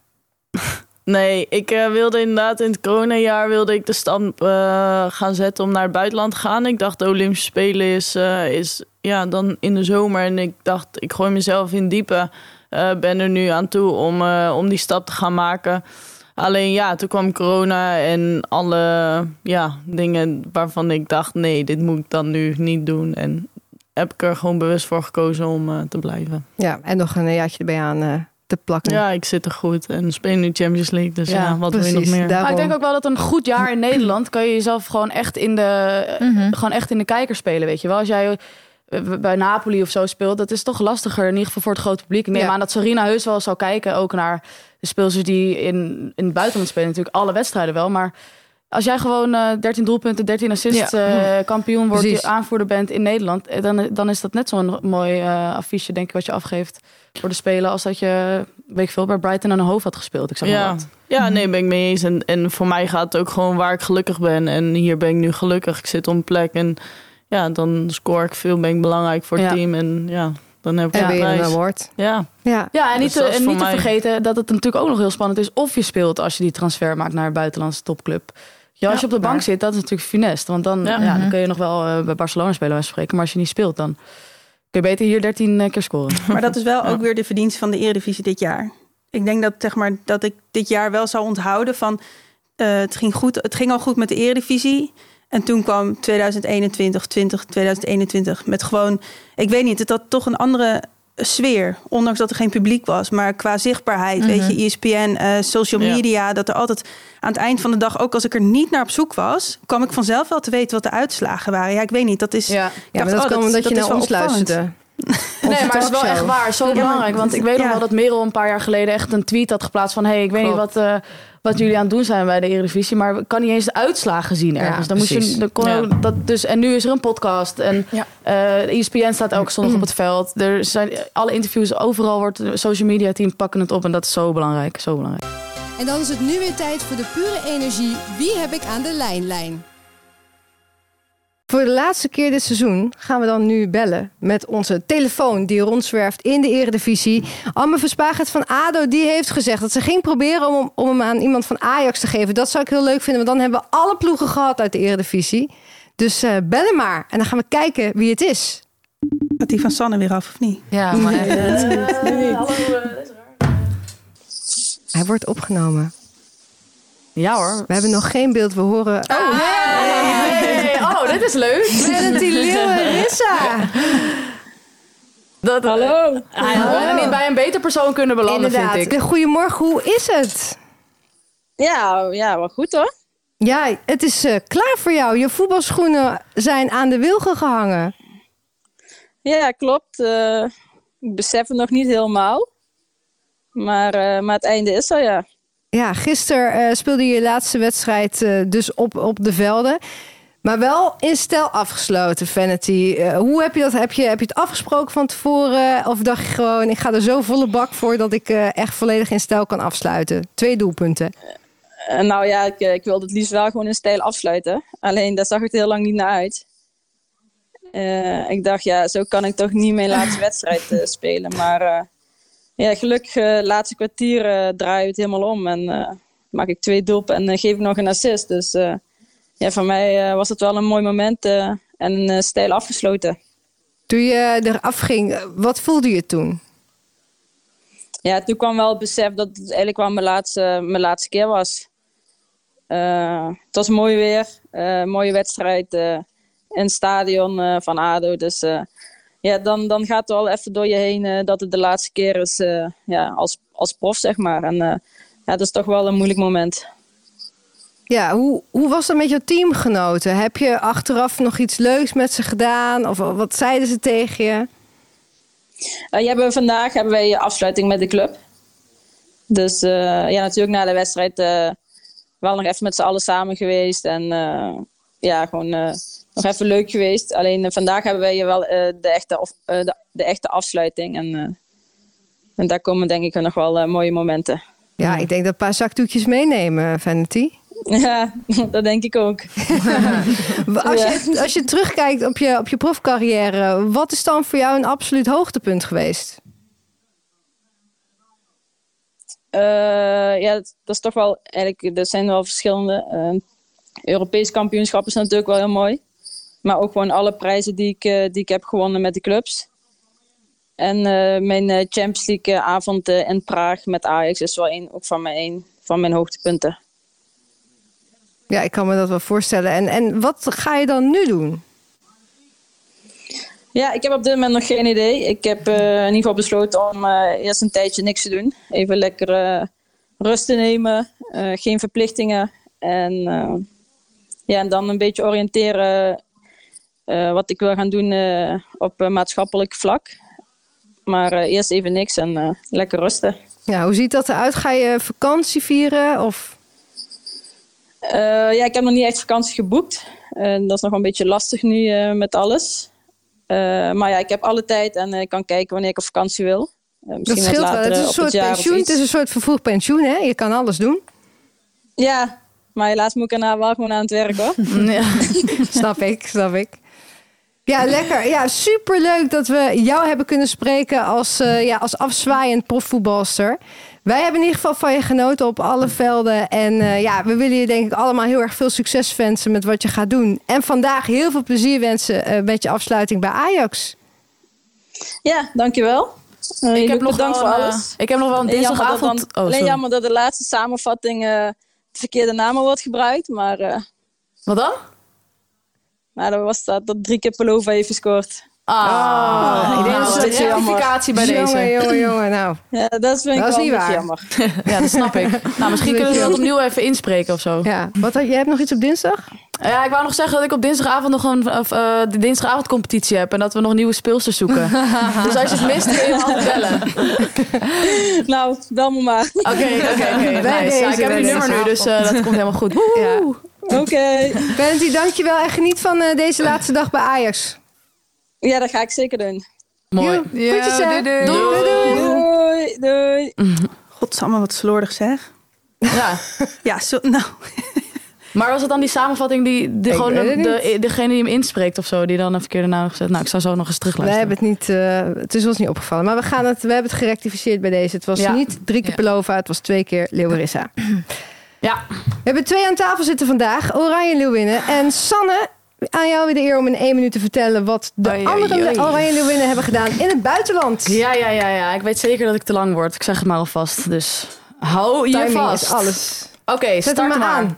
Nee, ik uh, wilde inderdaad in het coronajaar wilde ik de stap uh, gaan zetten om naar het buitenland te gaan. Ik dacht de Olympische Spelen is, uh, is ja, dan in de zomer. En ik dacht, ik gooi mezelf in diepe. Uh, ben er nu aan toe om, uh, om die stap te gaan maken. Alleen ja, toen kwam corona en alle ja, dingen waarvan ik dacht... nee, dit moet ik dan nu niet doen. En heb ik er gewoon bewust voor gekozen om uh, te blijven.
Ja, en nog een jaartje erbij aan uh, te plakken.
Ja, ik zit er goed en speel nu Champions League. Dus ja, ja wat precies, wil je nog meer?
Maar ik denk ook wel dat een goed jaar in Nederland... kan je jezelf gewoon echt in de, mm-hmm. gewoon echt in de kijker spelen, weet je wel. Als jij bij Napoli of zo speelt, dat is toch lastiger. In ieder geval voor het grote publiek. Ik neem ja. aan dat Sarina heus wel zou kijken, ook naar de speelsters die in, in het buitenland spelen. Natuurlijk alle wedstrijden wel, maar als jij gewoon uh, dertien doelpunten, dertien assists, ja. uh, kampioen wordt, je aanvoerder bent in Nederland, dan, dan is dat net zo'n mooi uh, affiche, denk ik, wat je afgeeft voor de Spelen, als dat je, weet ik veel, bij Brighton aan een hoofd had gespeeld. Ik zeg
ja.
maar wat.
Ja, nee, ben ik mee eens. En, en voor mij gaat het ook gewoon waar ik gelukkig ben. En hier ben ik nu gelukkig. Ik zit op een plek en ja, dan scoor ik veel, ben ik belangrijk voor het ja. team. En ja, dan heb ik
en
een
weer
prijs.
een award.
Ja.
Ja.
ja, en niet,
dus
te, en niet te
mij...
vergeten dat het natuurlijk ook nog heel spannend is of je speelt als je die transfer maakt naar een buitenlandse topclub. Ja, als ja, je op de bank maar... zit, dat is natuurlijk funest. Want dan, ja. Ja, dan kun je nog wel uh, bij Barcelona spelen, bij spreken. Maar als je niet speelt, dan kun je beter hier dertien keer scoren.
Maar dat is wel ja. ook weer de verdienste van de Eredivisie dit jaar. Ik denk dat, zeg maar, dat ik dit jaar wel zou onthouden van... Uh, het, ging goed, het ging al goed met de Eredivisie. En toen kwam tweeduizend eenentwintig, twintig, tweeduizend eenentwintig met gewoon... Ik weet niet, het had toch een andere sfeer. Ondanks dat er geen publiek was. Maar qua zichtbaarheid, mm-hmm. weet je, E S P N, uh, social media... Ja. dat er altijd aan het eind van de dag, ook als ik er niet naar op zoek was... kwam ik vanzelf wel te weten wat de uitslagen waren. Ja, ik weet niet, dat is...
Ja, ja maar dat kwam oh, omdat je naar ons luisterde.
Nee, maar het is wel echt waar. Zo belangrijk. Want ik weet nog ja. wel dat Merel een paar jaar geleden echt een tweet had geplaatst van... hey, ik weet Klopt. niet wat, uh, wat jullie aan het doen zijn bij de Eredivisie... maar ik kan niet eens de uitslagen zien ergens. Ja, dan moest je, dan kon ja. ook, dat, dus, en nu is er een podcast. En ja. uh, E S P N staat elke zondag mm. op het veld. Er zijn alle interviews, overal wordt het social media team pakken het op. En dat is zo belangrijk, zo belangrijk.
En dan is het nu weer tijd voor de pure energie. Wie heb ik aan de lijnlijn?
Voor de laatste keer dit seizoen gaan we dan nu bellen met onze telefoon die rondzwerft in de Eredivisie. Anne Verspagert van ADO die heeft gezegd dat ze ging proberen om, om hem aan iemand van Ajax te geven. Dat zou ik heel leuk vinden, want dan hebben we alle ploegen gehad uit de Eredivisie. Dus uh, bellen maar en dan gaan we kijken wie het is.
Gaat die van Sanne weer af of niet?
Ja, maar uh,
uh, hallo, uh,
hij wordt opgenomen.
Ja hoor.
We hebben nog geen beeld, we horen...
Oh, oh hey. Hey. Oh, dit is leuk.
Melody Leeuwen-Rissa.
Dat,
Hallo.
Uh, Hallo. En niet bij een beter persoon kunnen belanden,
Inderdaad.
vind ik.
Goedemorgen, hoe is het?
Ja, ja, wel goed hoor.
Ja, het is uh, klaar voor jou. Je voetbalschoenen zijn aan de wilgen gehangen.
Ja, klopt. Uh, ik besef het nog niet helemaal. Maar, uh, maar het einde is er, ja.
Ja, gisteren uh, speelde je je laatste wedstrijd uh, dus op, op de velden. Maar wel in stijl afgesloten, Vanity. Uh, hoe heb je dat? Heb je, heb je het afgesproken van tevoren? Of dacht je gewoon, ik ga er zo volle bak voor dat ik uh, echt volledig in stijl kan afsluiten? Twee doelpunten.
Uh, nou ja, ik, ik wilde het liefst wel gewoon in stijl afsluiten. Alleen daar zag het heel lang niet naar uit. Uh, ik dacht, ja, zo kan ik toch niet mijn laatste wedstrijd uh, spelen. Maar uh, ja, gelukkig, uh, laatste kwartier uh, draai je het helemaal om. En uh, maak ik twee doelpunten en uh, geef ik nog een assist. Dus uh, ja, voor mij uh, was het wel een mooi moment uh, en uh, stijl afgesloten.
Toen je eraf ging, wat voelde je toen?
Ja, toen kwam wel het besef dat het eigenlijk wel mijn laatste, mijn laatste keer was. Uh, het was mooi weer, uh, mooie wedstrijd uh, in het stadion uh, van ADO. Dus uh, ja, dan, dan gaat het wel even door je heen uh, dat het de laatste keer is uh, ja, als, als prof, zeg maar. En uh, ja, dat is toch wel een moeilijk moment.
Ja, hoe, hoe was dat met jouw teamgenoten? Heb je achteraf nog iets leuks met ze gedaan? Of wat zeiden ze tegen je?
Uh, hebben vandaag hebben wij afsluiting met de club. Dus uh, ja, natuurlijk na de wedstrijd uh, wel nog even met z'n allen samen geweest. En uh, ja, gewoon uh, nog even leuk geweest. Alleen uh, vandaag hebben wij wel uh, de, echte, of, uh, de, de echte afsluiting. En, uh, en daar komen denk ik nog wel uh, mooie momenten.
Ja, ik denk dat een paar zakdoekjes meenemen, Vanity.
Ja, dat denk ik ook.
als, je, als je terugkijkt op je, op je profcarrière, wat is dan voor jou een absoluut hoogtepunt geweest?
Uh, ja, dat, dat is toch wel, eigenlijk, er zijn wel verschillende. Uh, Europees kampioenschap is natuurlijk wel heel mooi. Maar ook gewoon alle prijzen die ik, uh, die ik heb gewonnen met de clubs. En uh, mijn uh, Champions League uh, avond uh, in Praag met Ajax is wel een, ook van mijn, een van mijn hoogtepunten.
Ja, ik kan me dat wel voorstellen. En, en wat ga je dan nu doen?
Ja, ik heb op dit moment nog geen idee. Ik heb uh, in ieder geval besloten om uh, eerst een tijdje niks te doen. Even lekker uh, rust te nemen. Uh, geen verplichtingen. En, uh, ja, en dan een beetje oriënteren uh, wat ik wil gaan doen uh, op uh, maatschappelijk vlak. Maar uh, eerst even niks en uh, lekker rusten.
Ja, hoe ziet dat eruit? Ga je vakantie vieren? Of...
Uh, ja, ik heb nog niet echt vakantie geboekt. Uh, dat is nog een beetje lastig nu uh, met alles. Uh, maar ja, ik heb alle tijd en ik uh, kan kijken wanneer ik op vakantie wil. Uh,
dat scheelt wel. Het is een soort pensioen. Het is een soort vervroegd pensioen, hè? Je kan alles doen.
Ja, maar helaas moet ik daarna wel gewoon aan het werk, hoor.
Ja. Snap ik, snap ik. Ja, lekker. Ja, superleuk dat we jou hebben kunnen spreken als, uh, ja, als afzwaaiend profvoetbalster. Wij hebben in ieder geval van je genoten op alle velden. En uh, ja, we willen je denk ik allemaal heel erg veel succes wensen met wat je gaat doen. En vandaag heel veel plezier wensen uh, met je afsluiting bij Ajax.
Ja, dankjewel. Uh,
ik, heb nog
bedankt
wel
voor
een,
alles.
ik heb nog wel een dinsdagavond...
Oh, alleen jammer dat de laatste samenvatting uh, de verkeerde namen wordt gebruikt. Maar, uh,
wat dan?
Nou, dat was dat, dat drie keer Pelova heeft gescoord.
Ah,
oh,
ik denk dat het een rectificatie bij
jongen,
deze.
Jongen, jongen, nou.
Ja, dat vind ik
dat
wel
niet waar.
jammer.
Ja, dat snap ik. Nou, misschien kunnen we dat opnieuw even inspreken of zo.
Ja. Wat, jij hebt nog iets op dinsdag?
Ja, ik wou nog zeggen dat ik op dinsdagavond nog een of, uh, de dinsdagavondcompetitie heb. En dat we nog nieuwe speelsters zoeken. Dus als je het mist, kun je me altijd bellen.
Nou, bel me maar.
Oké, oké, oké. Ik heb je nummer nu, dus uh, dat komt helemaal goed.
Ja.
Oké. Okay.
Valenty, dankjewel en geniet van uh, deze laatste dag bij Ajax.
Ja, dat ga ik zeker doen.
Mooi.
Ja, goedjes, hè?
doei,
Doei, doei.
Doei, doei. doei.
Godsamme, wat slordig zeg.
Ja.
Ja, zo, nou...
Maar was het dan die samenvatting die de, gewoon de, de, degene die hem inspreekt of zo, die dan een verkeerde naam gezet? Nou, ik zou zo nog eens terugluisteren.
We hebben het niet, uh, het is ons niet opgevallen, maar we gaan het, we hebben het gerectificeerd bij deze. Het was ja. niet drie keer ja. Pelova, het was twee keer Leeuwarissa.
Ja.
We hebben twee aan tafel zitten vandaag, Oranje Leeuwinnen. En Sanne, aan jou weer de eer om in één minuut te vertellen wat de oei, andere oei, oei. Oranje Leeuwinnen hebben gedaan in het buitenland.
Ja, ja, ja, ja. Ik weet zeker dat ik te lang word. Ik zeg het maar alvast. Dus hou je
Timing
vast.
Is alles.
Oké, okay, start
maar,
maar aan.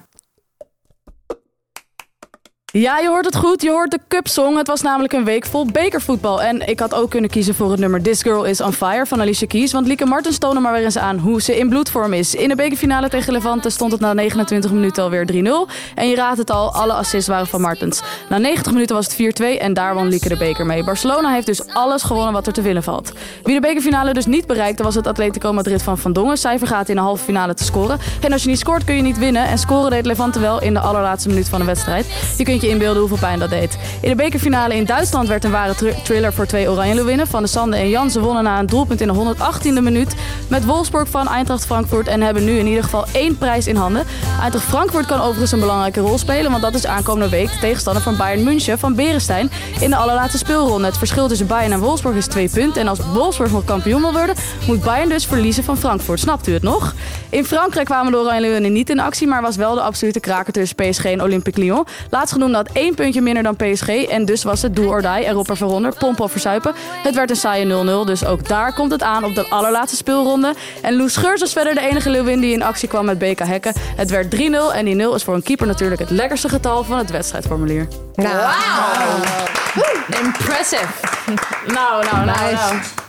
Ja, je hoort het goed. Je hoort de Cupsong. Het was namelijk een week vol bekervoetbal. En ik had ook kunnen kiezen voor het nummer This Girl Is On Fire van Alicia Keys. Want Lieke Martens toonde maar weer eens aan hoe ze in bloedvorm is. In de bekerfinale tegen Levante stond het na negenentwintig minuten alweer drie nul. En je raadt het al, alle assists waren van Martens. Na negentig minuten was het vier twee en daar won Lieke de beker mee. Barcelona heeft dus alles gewonnen wat er te winnen valt. Wie de bekerfinale dus niet bereikte was het Atletico Madrid van Van Dongen. Zij vergaat in de halve finale te scoren. En als je niet scoort kun je niet winnen. En scoren deed Levante wel in de allerlaatste minuut van de wedstrijd. Je kunt je inbeelden hoeveel pijn dat deed. In de bekerfinale in Duitsland werd een ware thr- thriller voor twee Oranje Leeuwinnen. Van de Sande en Jansen wonnen na een doelpunt in de honderdachttiende minuut met Wolfsburg van Eintracht Frankfurt en hebben nu in ieder geval één prijs in handen. Eintracht Frankfurt kan overigens een belangrijke rol spelen, want dat is aankomende week de tegenstander van Bayern München van Berestein in de allerlaatste speelronde. Het verschil tussen Bayern en Wolfsburg is twee punten en als Wolfsburg nog kampioen wil worden, moet Bayern dus verliezen van Frankfurt. Snapt u het nog? In Frankrijk kwamen de Oranje Leeuwinnen niet in actie, maar was wel de absolute kraker tussen P S G en Olympique Lyon. Laatstgenoemde had één puntje minder dan P S G en dus was het do or die, erop of eronder, pompen of verzuipen. Het werd een saaie nul nul, dus ook daar komt het aan op de allerlaatste speelronde. En Loes Scheurs was verder de enige Leeuwin die in actie kwam met B K Hekken. Het werd drie nul en die nul is voor een keeper natuurlijk het lekkerste getal van het wedstrijdformulier.
Nou,
wow. Impressive.
Nou, nou, nou, nou.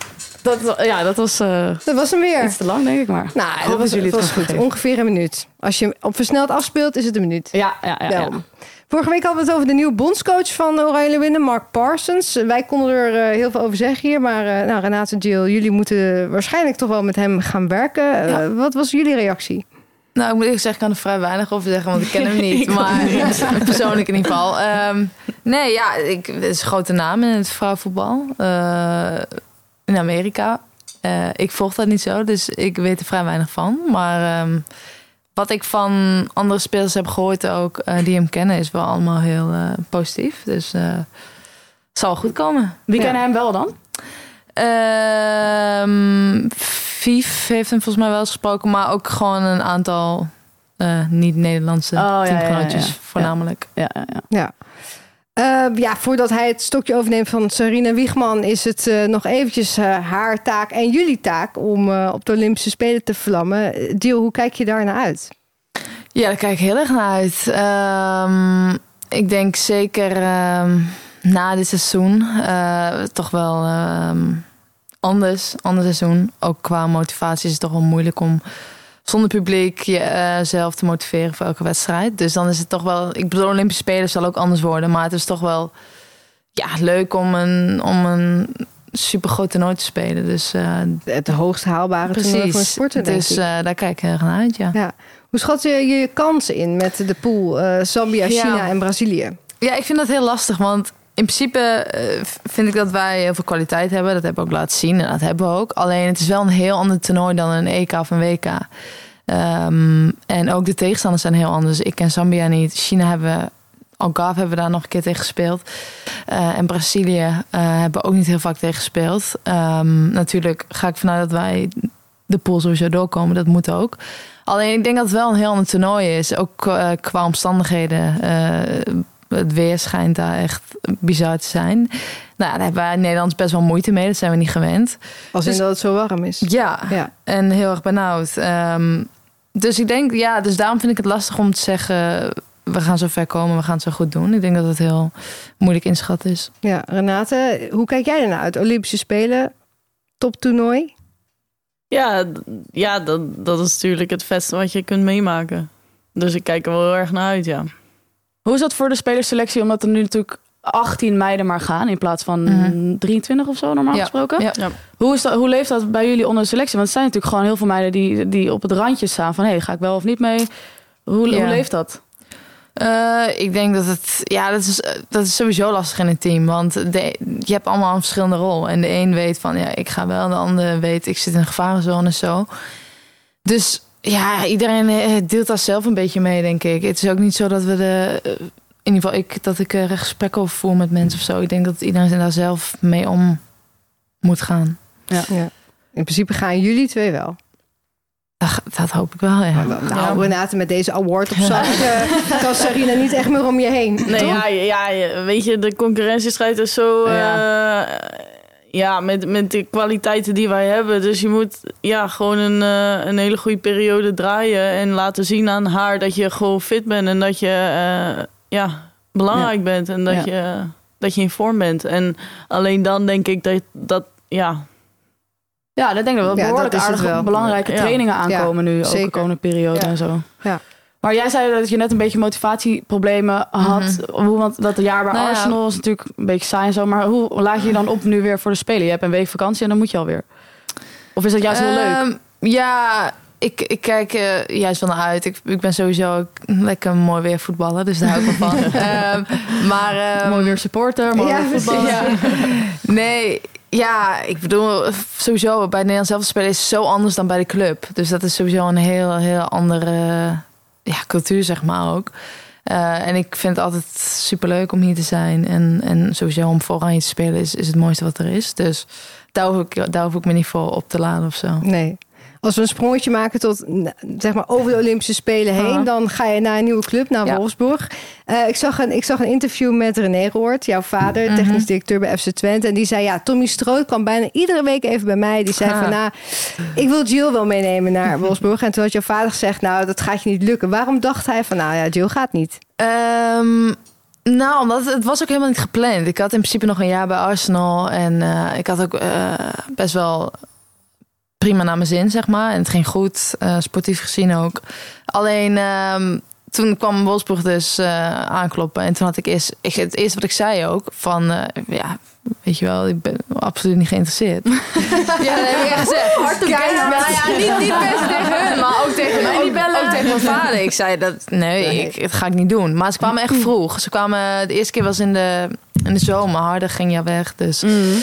Dat, ja, dat was, uh,
dat was hem weer.
Iets te lang, denk ik maar.
Nou, dat was,
jullie
het was goed. Ongeveer een minuut. Als je hem op versneld afspeelt, is het een minuut.
Ja, ja, ja. ja.
Vorige week hadden we het over de nieuwe bondscoach van Oranje Leeuwinnen, Mark Parsons. Wij konden er uh, heel veel over zeggen hier. Maar uh, nou, Renate en Jill, jullie moeten waarschijnlijk toch wel met hem gaan werken. Ja. Uh, wat was jullie reactie?
Nou, ik moet eerlijk zeggen, ik kan er vrij weinig over zeggen, want ik ken hem niet. Maar persoonlijk in ieder geval. Um, nee, ja, ik, het is een grote naam in het vrouwenvoetbal. Uh, in Amerika. Uh, ik volg dat niet zo, dus ik weet er vrij weinig van. Maar um, wat ik van andere spelers heb gehoord ook, uh, die hem kennen, is wel allemaal heel uh, positief. Dus uh, het zal goed komen.
Wie
ja.
kennen hem wel dan?
Um, Vief heeft hem volgens mij wel eens gesproken, maar ook gewoon een aantal uh, niet-Nederlandse oh, teamgenootjes ja, ja, ja. voornamelijk.
Ja, ja, ja.
ja. Uh, ja, voordat hij het stokje overneemt van Sarina Wiegman, is het uh, nog eventjes uh, haar taak en jullie taak om uh, op de Olympische Spelen te vlammen. Jill, hoe kijk je daar naar uit?
Ja, daar kijk ik heel erg naar uit. Um, ik denk zeker um, na dit seizoen uh, toch wel um, anders, ander seizoen. Ook qua motivatie is het toch wel moeilijk om zonder publiek jezelf uh, te motiveren voor elke wedstrijd. Dus dan is het toch wel, ik bedoel, Olympische Spelen zal ook anders worden, maar het is toch wel ja, leuk om een, om een super groot toernooi te spelen. Dus uh,
het hoogst haalbare toernooi voor een sporter, denk
dus
ik.
Uh, daar kijk ik heel erg naar uit, ja.
ja. Hoe schat je je kansen in met de pool uh, Zambia, China ja. en Brazilië?
Ja, ik vind dat heel lastig, want in principe uh, vind ik dat wij heel veel kwaliteit hebben. Dat hebben we ook laten zien en dat hebben we ook. Alleen het is wel een heel ander toernooi dan een E K of een W K. Um, en ook de tegenstanders zijn heel anders. Ik ken Zambia niet. China hebben we, Algarve hebben we daar nog een keer tegen gespeeld. Uh, en Brazilië uh, hebben we ook niet heel vaak tegen gespeeld. Um, natuurlijk ga ik vanuit dat wij de pool sowieso doorkomen. Dat moet ook. Alleen ik denk dat het wel een heel ander toernooi is. Ook uh, qua omstandigheden. Uh, Het weer schijnt daar echt bizar te zijn. Nou, daar hebben wij in Nederland best wel moeite mee. Dat zijn we niet gewend.
Als dus, in dat het zo warm is.
Ja, ja. En heel erg benauwd. Um, dus ik denk, ja, dus daarom vind ik het lastig om te zeggen, we gaan zo ver komen, we gaan het zo goed doen. Ik denk dat het heel moeilijk inschatten is.
Ja, Renate, hoe kijk jij ernaar uit? Olympische Spelen, toptoernooi?
Ja, ja dat, dat is natuurlijk het vetste wat je kunt meemaken. Dus ik kijk er wel heel erg naar uit, ja.
Hoe is dat voor de spelerselectie? Omdat er nu natuurlijk achttien meiden maar gaan in plaats van mm-hmm. drieëntwintig of zo normaal ja. gesproken. Ja. Ja. Hoe, is dat, hoe leeft dat bij jullie onder de selectie? Want het zijn natuurlijk gewoon heel veel meiden die, die op het randje staan van hé, hey, ga ik wel of niet mee? Hoe, ja. hoe leeft dat?
Uh, ik denk dat het, ja, dat is, dat is sowieso lastig in een team. Want de, je hebt allemaal een verschillende rol. En de een weet van ja, ik ga wel. De ander weet, ik zit in een gevarenzone en zo. Dus ja, iedereen deelt daar zelf een beetje mee, denk ik. Het is ook niet zo dat we de, in ieder geval ik, dat ik er gesprekken over voer met mensen of zo. Ik denk dat iedereen daar zelf mee om moet gaan.
Ja. Ja. In principe gaan jullie twee wel.
Ach, dat hoop ik wel, ja.
Nou, ja. Renate, met deze award op zak ja. kan Sarina niet echt meer om je heen.
Nee, ja, ja, weet je, de concurrentiestrijd is zo... Ja. Uh, Ja, met, met de kwaliteiten die wij hebben. Dus je moet ja, gewoon een, uh, een hele goede periode draaien. En laten zien aan haar dat je gewoon fit bent. En dat je uh, ja, belangrijk ja. bent. En dat, ja. je, dat je in vorm bent. En alleen dan denk ik dat... dat ja,
ja, dat denk ik wel. Ja, behoorlijk aardige, wel. belangrijke ja. trainingen aankomen ja, nu. Zeker. Ook de komende periode ja. en zo. Ja. Maar jij zei dat je net een beetje motivatieproblemen had. Mm-hmm. Hoe, want dat jaar bij nou Arsenal ja. is natuurlijk een beetje saai en zo. Maar hoe laat je je dan op nu weer voor de Spelen? Je hebt een week vakantie en dan moet je alweer. Of is dat juist heel um, leuk?
Ja, ik, ik kijk uh, juist wel naar uit. Ik, ik ben sowieso lekker mooi weer voetballen. Dus daar hou ik wel van. um, maar, um,
mooi weer supporter, mooi ja, weer voetballen. Ja.
Nee, ja, ik bedoel, sowieso bij Nederland zelf spelen is zo anders dan bij de club. Dus dat is sowieso een heel, heel andere... ja, cultuur zeg maar ook. Uh, en ik vind het altijd superleuk om hier te zijn. En, en sowieso om voor Oranje te spelen is, is het mooiste wat er is. Dus daar hoef, ik, daar hoef ik me niet voor op te laden of zo.
Nee. Als we een sprongetje maken tot, zeg maar, over de Olympische Spelen heen... Uh-huh. dan ga je naar een nieuwe club, naar ja. Wolfsburg. Uh, ik, zag een, ik zag een interview met René Roord, jouw vader... Uh-huh. technisch directeur bij F C Twente. En die zei, ja, Tommy Stroot kwam bijna iedere week even bij mij. Die zei uh-huh. van, nou, ik wil Jill wel meenemen naar Wolfsburg. En toen had jouw vader gezegd, nou, dat gaat je niet lukken. Waarom dacht hij van, nou ja, Jill gaat niet?
Um... Nou, omdat het was ook helemaal niet gepland. Ik had in principe nog een jaar bij Arsenal. En uh, ik had ook uh, best wel prima naar mijn zin, zeg maar. En het ging goed, uh, sportief gezien ook. Alleen... Um, Toen kwam Wolfsburg dus uh, aankloppen. En toen had ik eerst... Ik, het eerste wat ik zei ook... Van, uh, ja, weet je wel... Ik ben absoluut niet geïnteresseerd. Ja, dat heb ik echt gezegd. Hard op ja, ja, niet, niet best tegen hun. Maar ook tegen, nee, ook, ook tegen mijn vader. Ik zei dat... Nee, nee. Ik, dat ga ik niet doen. Maar ze kwamen echt vroeg. Ze kwamen... De eerste keer was in de, in de zomer. Harder ging ja weg. Dus... Mm.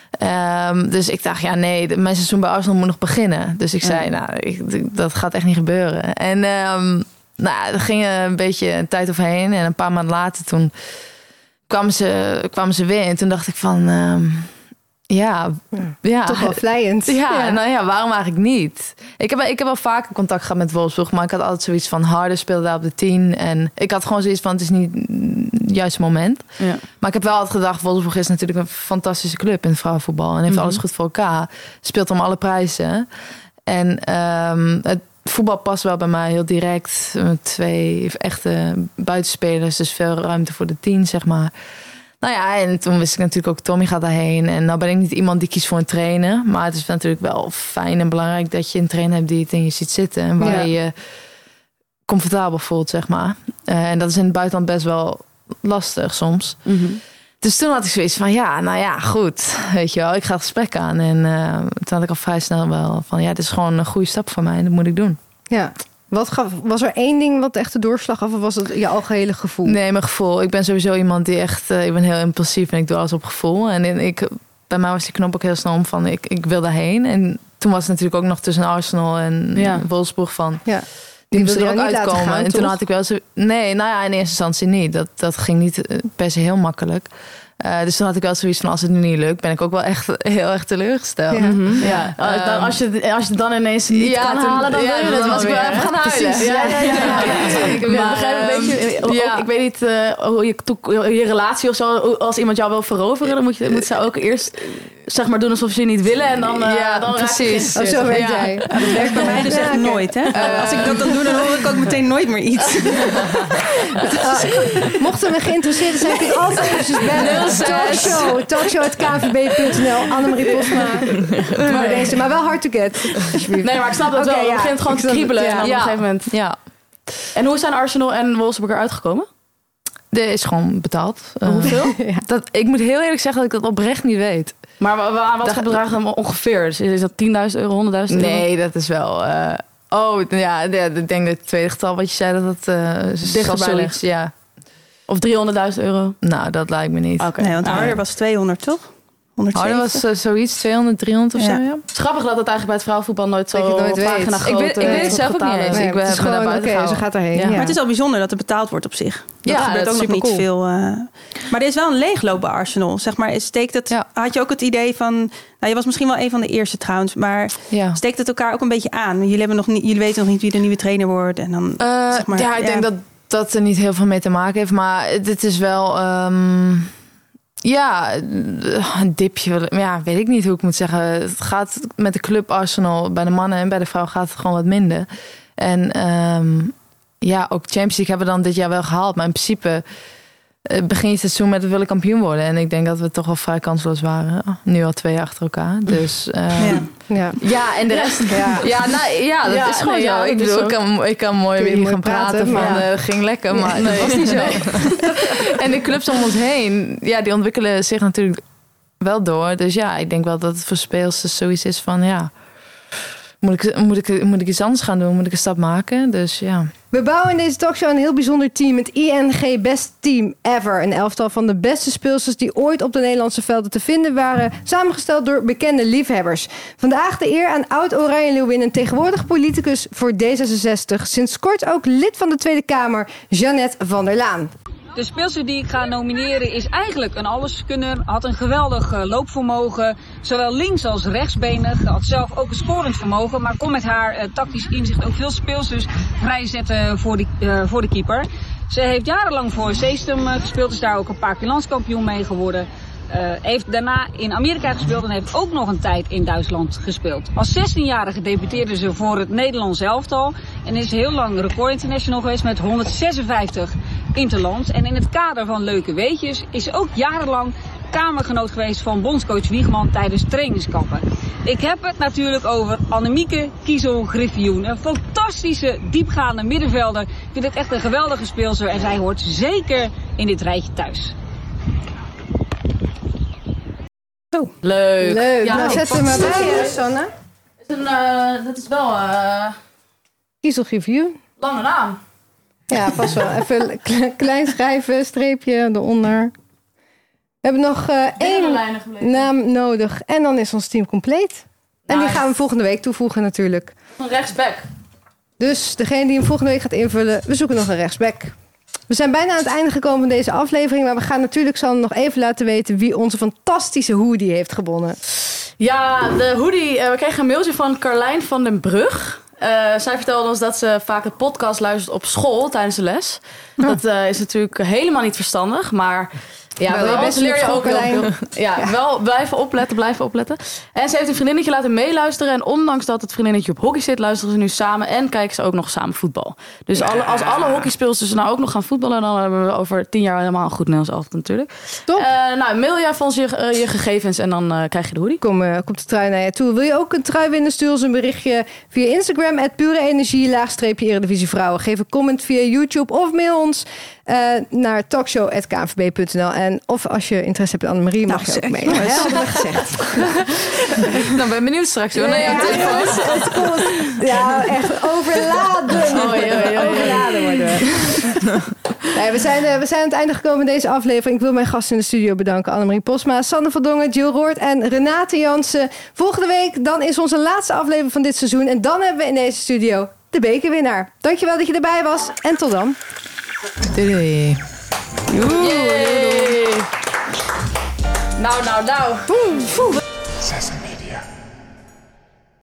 Um, dus ik dacht, ja nee, mijn seizoen bij Arsenal moet nog beginnen. Dus ik zei, mm. nou, ik, dat gaat echt niet gebeuren. En... Um, Nou, er ging een beetje een tijd overheen. En een paar maanden later toen kwamen ze, kwamen ze weer. En toen dacht ik van... Um, ja, ja, ja.
Toch wel vlijend.
Ja, ja, nou ja, waarom eigenlijk niet? Ik heb, ik heb wel vaker contact gehad met Wolfsburg. Maar ik had altijd zoiets van... Harder speelde daar op de tien. En ik had gewoon zoiets van... Het is niet het juiste moment. Ja. Maar ik heb wel altijd gedacht... Wolfsburg is natuurlijk een fantastische club in het vrouwenvoetbal. En heeft mm-hmm. alles goed voor elkaar. Speelt om alle prijzen. En um, het voetbal past wel bij mij heel direct. Twee echte buitenspelers, dus veel ruimte voor de tien, zeg maar. Nou ja, en toen wist ik natuurlijk ook, Tommy gaat daarheen. En nou ben ik niet iemand die kiest voor een trainer. Maar het is natuurlijk wel fijn en belangrijk dat je een trainer hebt die het in je ziet zitten. En waar ja. je je comfortabel voelt, zeg maar. Uh, en dat is in het buitenland best wel lastig soms. Mm-hmm. Dus toen had ik zoiets van, ja, nou ja, goed. Weet je wel, ik ga het gesprek aan. En uh, toen had ik al vrij snel wel van, ja, dit is gewoon een goede stap voor mij. En dat moet ik doen.
Ja. Wat gaf, was er één ding wat echt de doorslag gaf? Of was het je algehele gevoel?
Nee, mijn gevoel. Ik ben sowieso iemand die echt... Uh, ik ben heel impulsief en ik doe alles op gevoel. En ik, bij mij was die knop ook heel snel om van, ik, ik wil daarheen. En toen was het natuurlijk ook nog tussen Arsenal en ja. Wolfsburg van... Ja. Die moest er ook uitkomen. Gaan, en toen toch? had ik wel zo... Nee, nou ja, in eerste instantie niet. Dat, dat ging niet per se heel makkelijk. Uh, dus toen had ik wel zoiets van, als het nu niet lukt... ben ik ook wel echt heel erg teleurgesteld. Ja.
Mm-hmm. Ja. Ja. Um, als, je, als je dan ineens niet ja, kan toen, halen... dan ja, wil je het was ik wel even gaan huilen. Precies. Ja, ja, ja, ja, ja. Ik, maar, begrijp een beetje, ja. ik weet niet uh, hoe je, je relatie of zo... als iemand jou wil veroveren... dan moet, je, moet ze ook eerst... zeg maar doen alsof ze je niet willen en dan, uh, ja, dan
precies.
Oh, zo weet jij.
Ja. Ja, dat werkt bij mij dus echt ja, nooit. Hè? Uh, Als ik dat dan doe, dan hoor ik ook meteen nooit meer iets.
uh, mochten we geïnteresseerd zijn, kun je altijd eventjes bellen. Talkshow, talkshow at k v b punt n l. Annemarie Posma. Maar, deze, maar wel hard to get.
Nee, maar ik snap dat okay, wel. Het ja. begint gewoon te kriebelen ja. op een gegeven moment.
Ja.
En hoe zijn Arsenal en Wolfsburg eruit gekomen?
Er is gewoon betaald.
Uh, Hoeveel?
ja. dat, ik moet heel eerlijk zeggen dat ik dat oprecht niet weet.
Maar wat voor bedrag dan ongeveer? Is dat tienduizend euro, honderdduizend euro?
Nee, dat is wel... Uh, oh, ja, ik denk dat het tweede getal wat je zei, dat het uh,
dichterbij ligt. Ja. Of driehonderdduizend euro?
Nou, dat lijkt me niet.
Okay. Nee, want Harder was tweehonderd, toch?
honderdzeventig was uh, zoiets, tweehonderd, driehonderd of ja. zo, ja.
Het is grappig dat het eigenlijk bij het vrouwenvoetbal nooit zo
nooit
pagina
weet. Ik weet, ik weet het zelf ook niet eens.
Nee,
ik ben
het gewoon, oké, okay, ze gaat erheen. Ja.
Ja. Maar het is al bijzonder dat er betaald wordt op zich. Dat
ja,
gebeurt
dat
ook nog niet
cool.
veel. Uh... Maar er is wel een leegloop bij Arsenal. Zeg maar, steekt het, ja. Had je ook het idee van... Nou, je was misschien wel een van de eerste trouwens. Maar ja. steekt het elkaar ook een beetje aan? Jullie, hebben nog niet, jullie weten nog niet wie de nieuwe trainer wordt. En dan,
uh, zeg maar, ja, ik ja. denk dat dat er niet heel veel mee te maken heeft. Maar dit is wel... Um... Ja, een dipje. Ja, weet ik niet hoe ik moet zeggen. Het gaat met de club Arsenal bij de mannen en bij de vrouw gaat het gewoon wat minder. En um, ja, ook Champions League hebben we dan dit jaar wel gehaald. Maar in principe uh, begin je het seizoen met we willen kampioen worden. En ik denk dat we toch wel vrij kansloos waren. Nu al twee jaar achter elkaar. Dus um,
ja. Ja.
ja, en de rest... Ja, ja, nou, ja dat ja, is gewoon nee, zo. Ja, ik bedoel, ik kan, ik kan mooi weer hier gaan praten, praten van ja. uh, ging lekker, maar ja, nee. dat was niet zo. Nee. En de clubs om ons heen, ja, die ontwikkelen zich natuurlijk wel door. Dus ja, ik denk wel dat het voor speelsters zoiets is van, ja... Moet ik, moet, ik, moet ik iets anders gaan doen? Moet ik een stap maken? Dus ja.
We bouwen in deze talkshow een heel bijzonder team. Het I N G Best Team Ever. Een elftal van de beste speelsters die ooit op de Nederlandse velden te vinden waren. Samengesteld door bekende liefhebbers. Vandaag de eer aan oud-Oranje-leeuwin en tegenwoordig politicus voor D zesenzestig. Sinds kort ook lid van de Tweede Kamer, Jeannette van der Laan.
De speelster die ik ga nomineren is eigenlijk een alleskunner. Had een geweldig uh, loopvermogen. Zowel links als rechtsbenig. Had zelf ook een scorend vermogen. Maar kon met haar uh, tactisch inzicht ook veel speelsters vrijzetten voor de, uh, voor de keeper. Ze heeft jarenlang voor Seestum uh, gespeeld. Is daar ook een paar keer landskampioen mee geworden. Uh, heeft daarna in Amerika gespeeld en heeft ook nog een tijd in Duitsland gespeeld. Als zestienjarige debuteerde ze voor het Nederlands elftal. En is heel lang record international geweest met honderdzesenvijftig Interlands. En in het kader van Leuke Weetjes is ze ook jarenlang kamergenoot geweest van bondscoach Wiegman tijdens trainingskampen. Ik heb het natuurlijk over Annemieke Kiesel-Griffioen. Een fantastische, diepgaande middenvelder. Ik vind het echt een geweldige speelster en zij hoort zeker in dit rijtje thuis.
Oh.
Leuk.
Leuk.
Ja,
nou, zet hem maar bij, hè, Sanne.
Is een, uh, dat is wel een uh,
Kiezelgriffioen.
lange naam.
Ja, pas wel. Even k- klein schrijven, streepje eronder. We hebben nog uh, één naam nodig en dan is ons team compleet. En
Nice.
die gaan we volgende week toevoegen natuurlijk.
Een rechtsback.
Dus degene die hem volgende week gaat invullen, we zoeken nog een rechtsback. We zijn bijna aan het einde gekomen van deze aflevering, maar we gaan natuurlijk Sanne nog even laten weten wie onze fantastische hoodie heeft gewonnen.
Ja, de hoodie. Uh, we kregen een mailtje van Carlijn van den Brug. Uh, zij vertelde ons dat ze vaak de podcast luistert op school tijdens de les. Oh. Dat uh, is natuurlijk helemaal niet verstandig, maar ja,
maar
wel
best
leer je
op
ook heel veel. Ja, ja, wel blijven opletten, blijven opletten. En ze heeft een vriendinnetje laten meeluisteren. En ondanks dat het vriendinnetje op hockey zit, luisteren ze nu samen en kijken ze ook nog samen voetbal. Dus ja. alle, als alle hockeyspeelsters nou ook nog gaan voetballen, dan hebben we over tien jaar helemaal een goed Nederlands elftal natuurlijk.
Top.
Uh, nou, mail jij van ons je, uh, je gegevens en dan uh, krijg je de hoodie.
Kom, uh, komt de trui naar je toe. Wil je ook een trui winnen? Stuur ons een berichtje via Instagram, at pure energie, laagstreepje Eredivisie Vrouwen. Geef een comment via YouTube of mail ons uh, naar talkshow at k n v b punt n l. En of als je interesse hebt in Annemarie, mag nou, je ook mee. Dat hebben we gezegd.
Dan ben ik benieuwd straks. Hoor. Nee, ja, ja,
het komt. Ja, echt overladen.
Oh, ja, ja, ja,
overladen worden we. Nee, we, zijn, uh, we zijn aan het einde gekomen in deze aflevering. Ik wil mijn gasten in de studio bedanken. Annemarie Posma, Sanne van Dongen, Jill Roord en Renate Jansen. Volgende week dan is onze laatste aflevering van dit seizoen. En dan hebben we in deze studio de bekerwinnaar. Dankjewel dat je erbij was. En tot dan.
Doei.
Yay. Nou, nou, nou.
Oeh, oeh.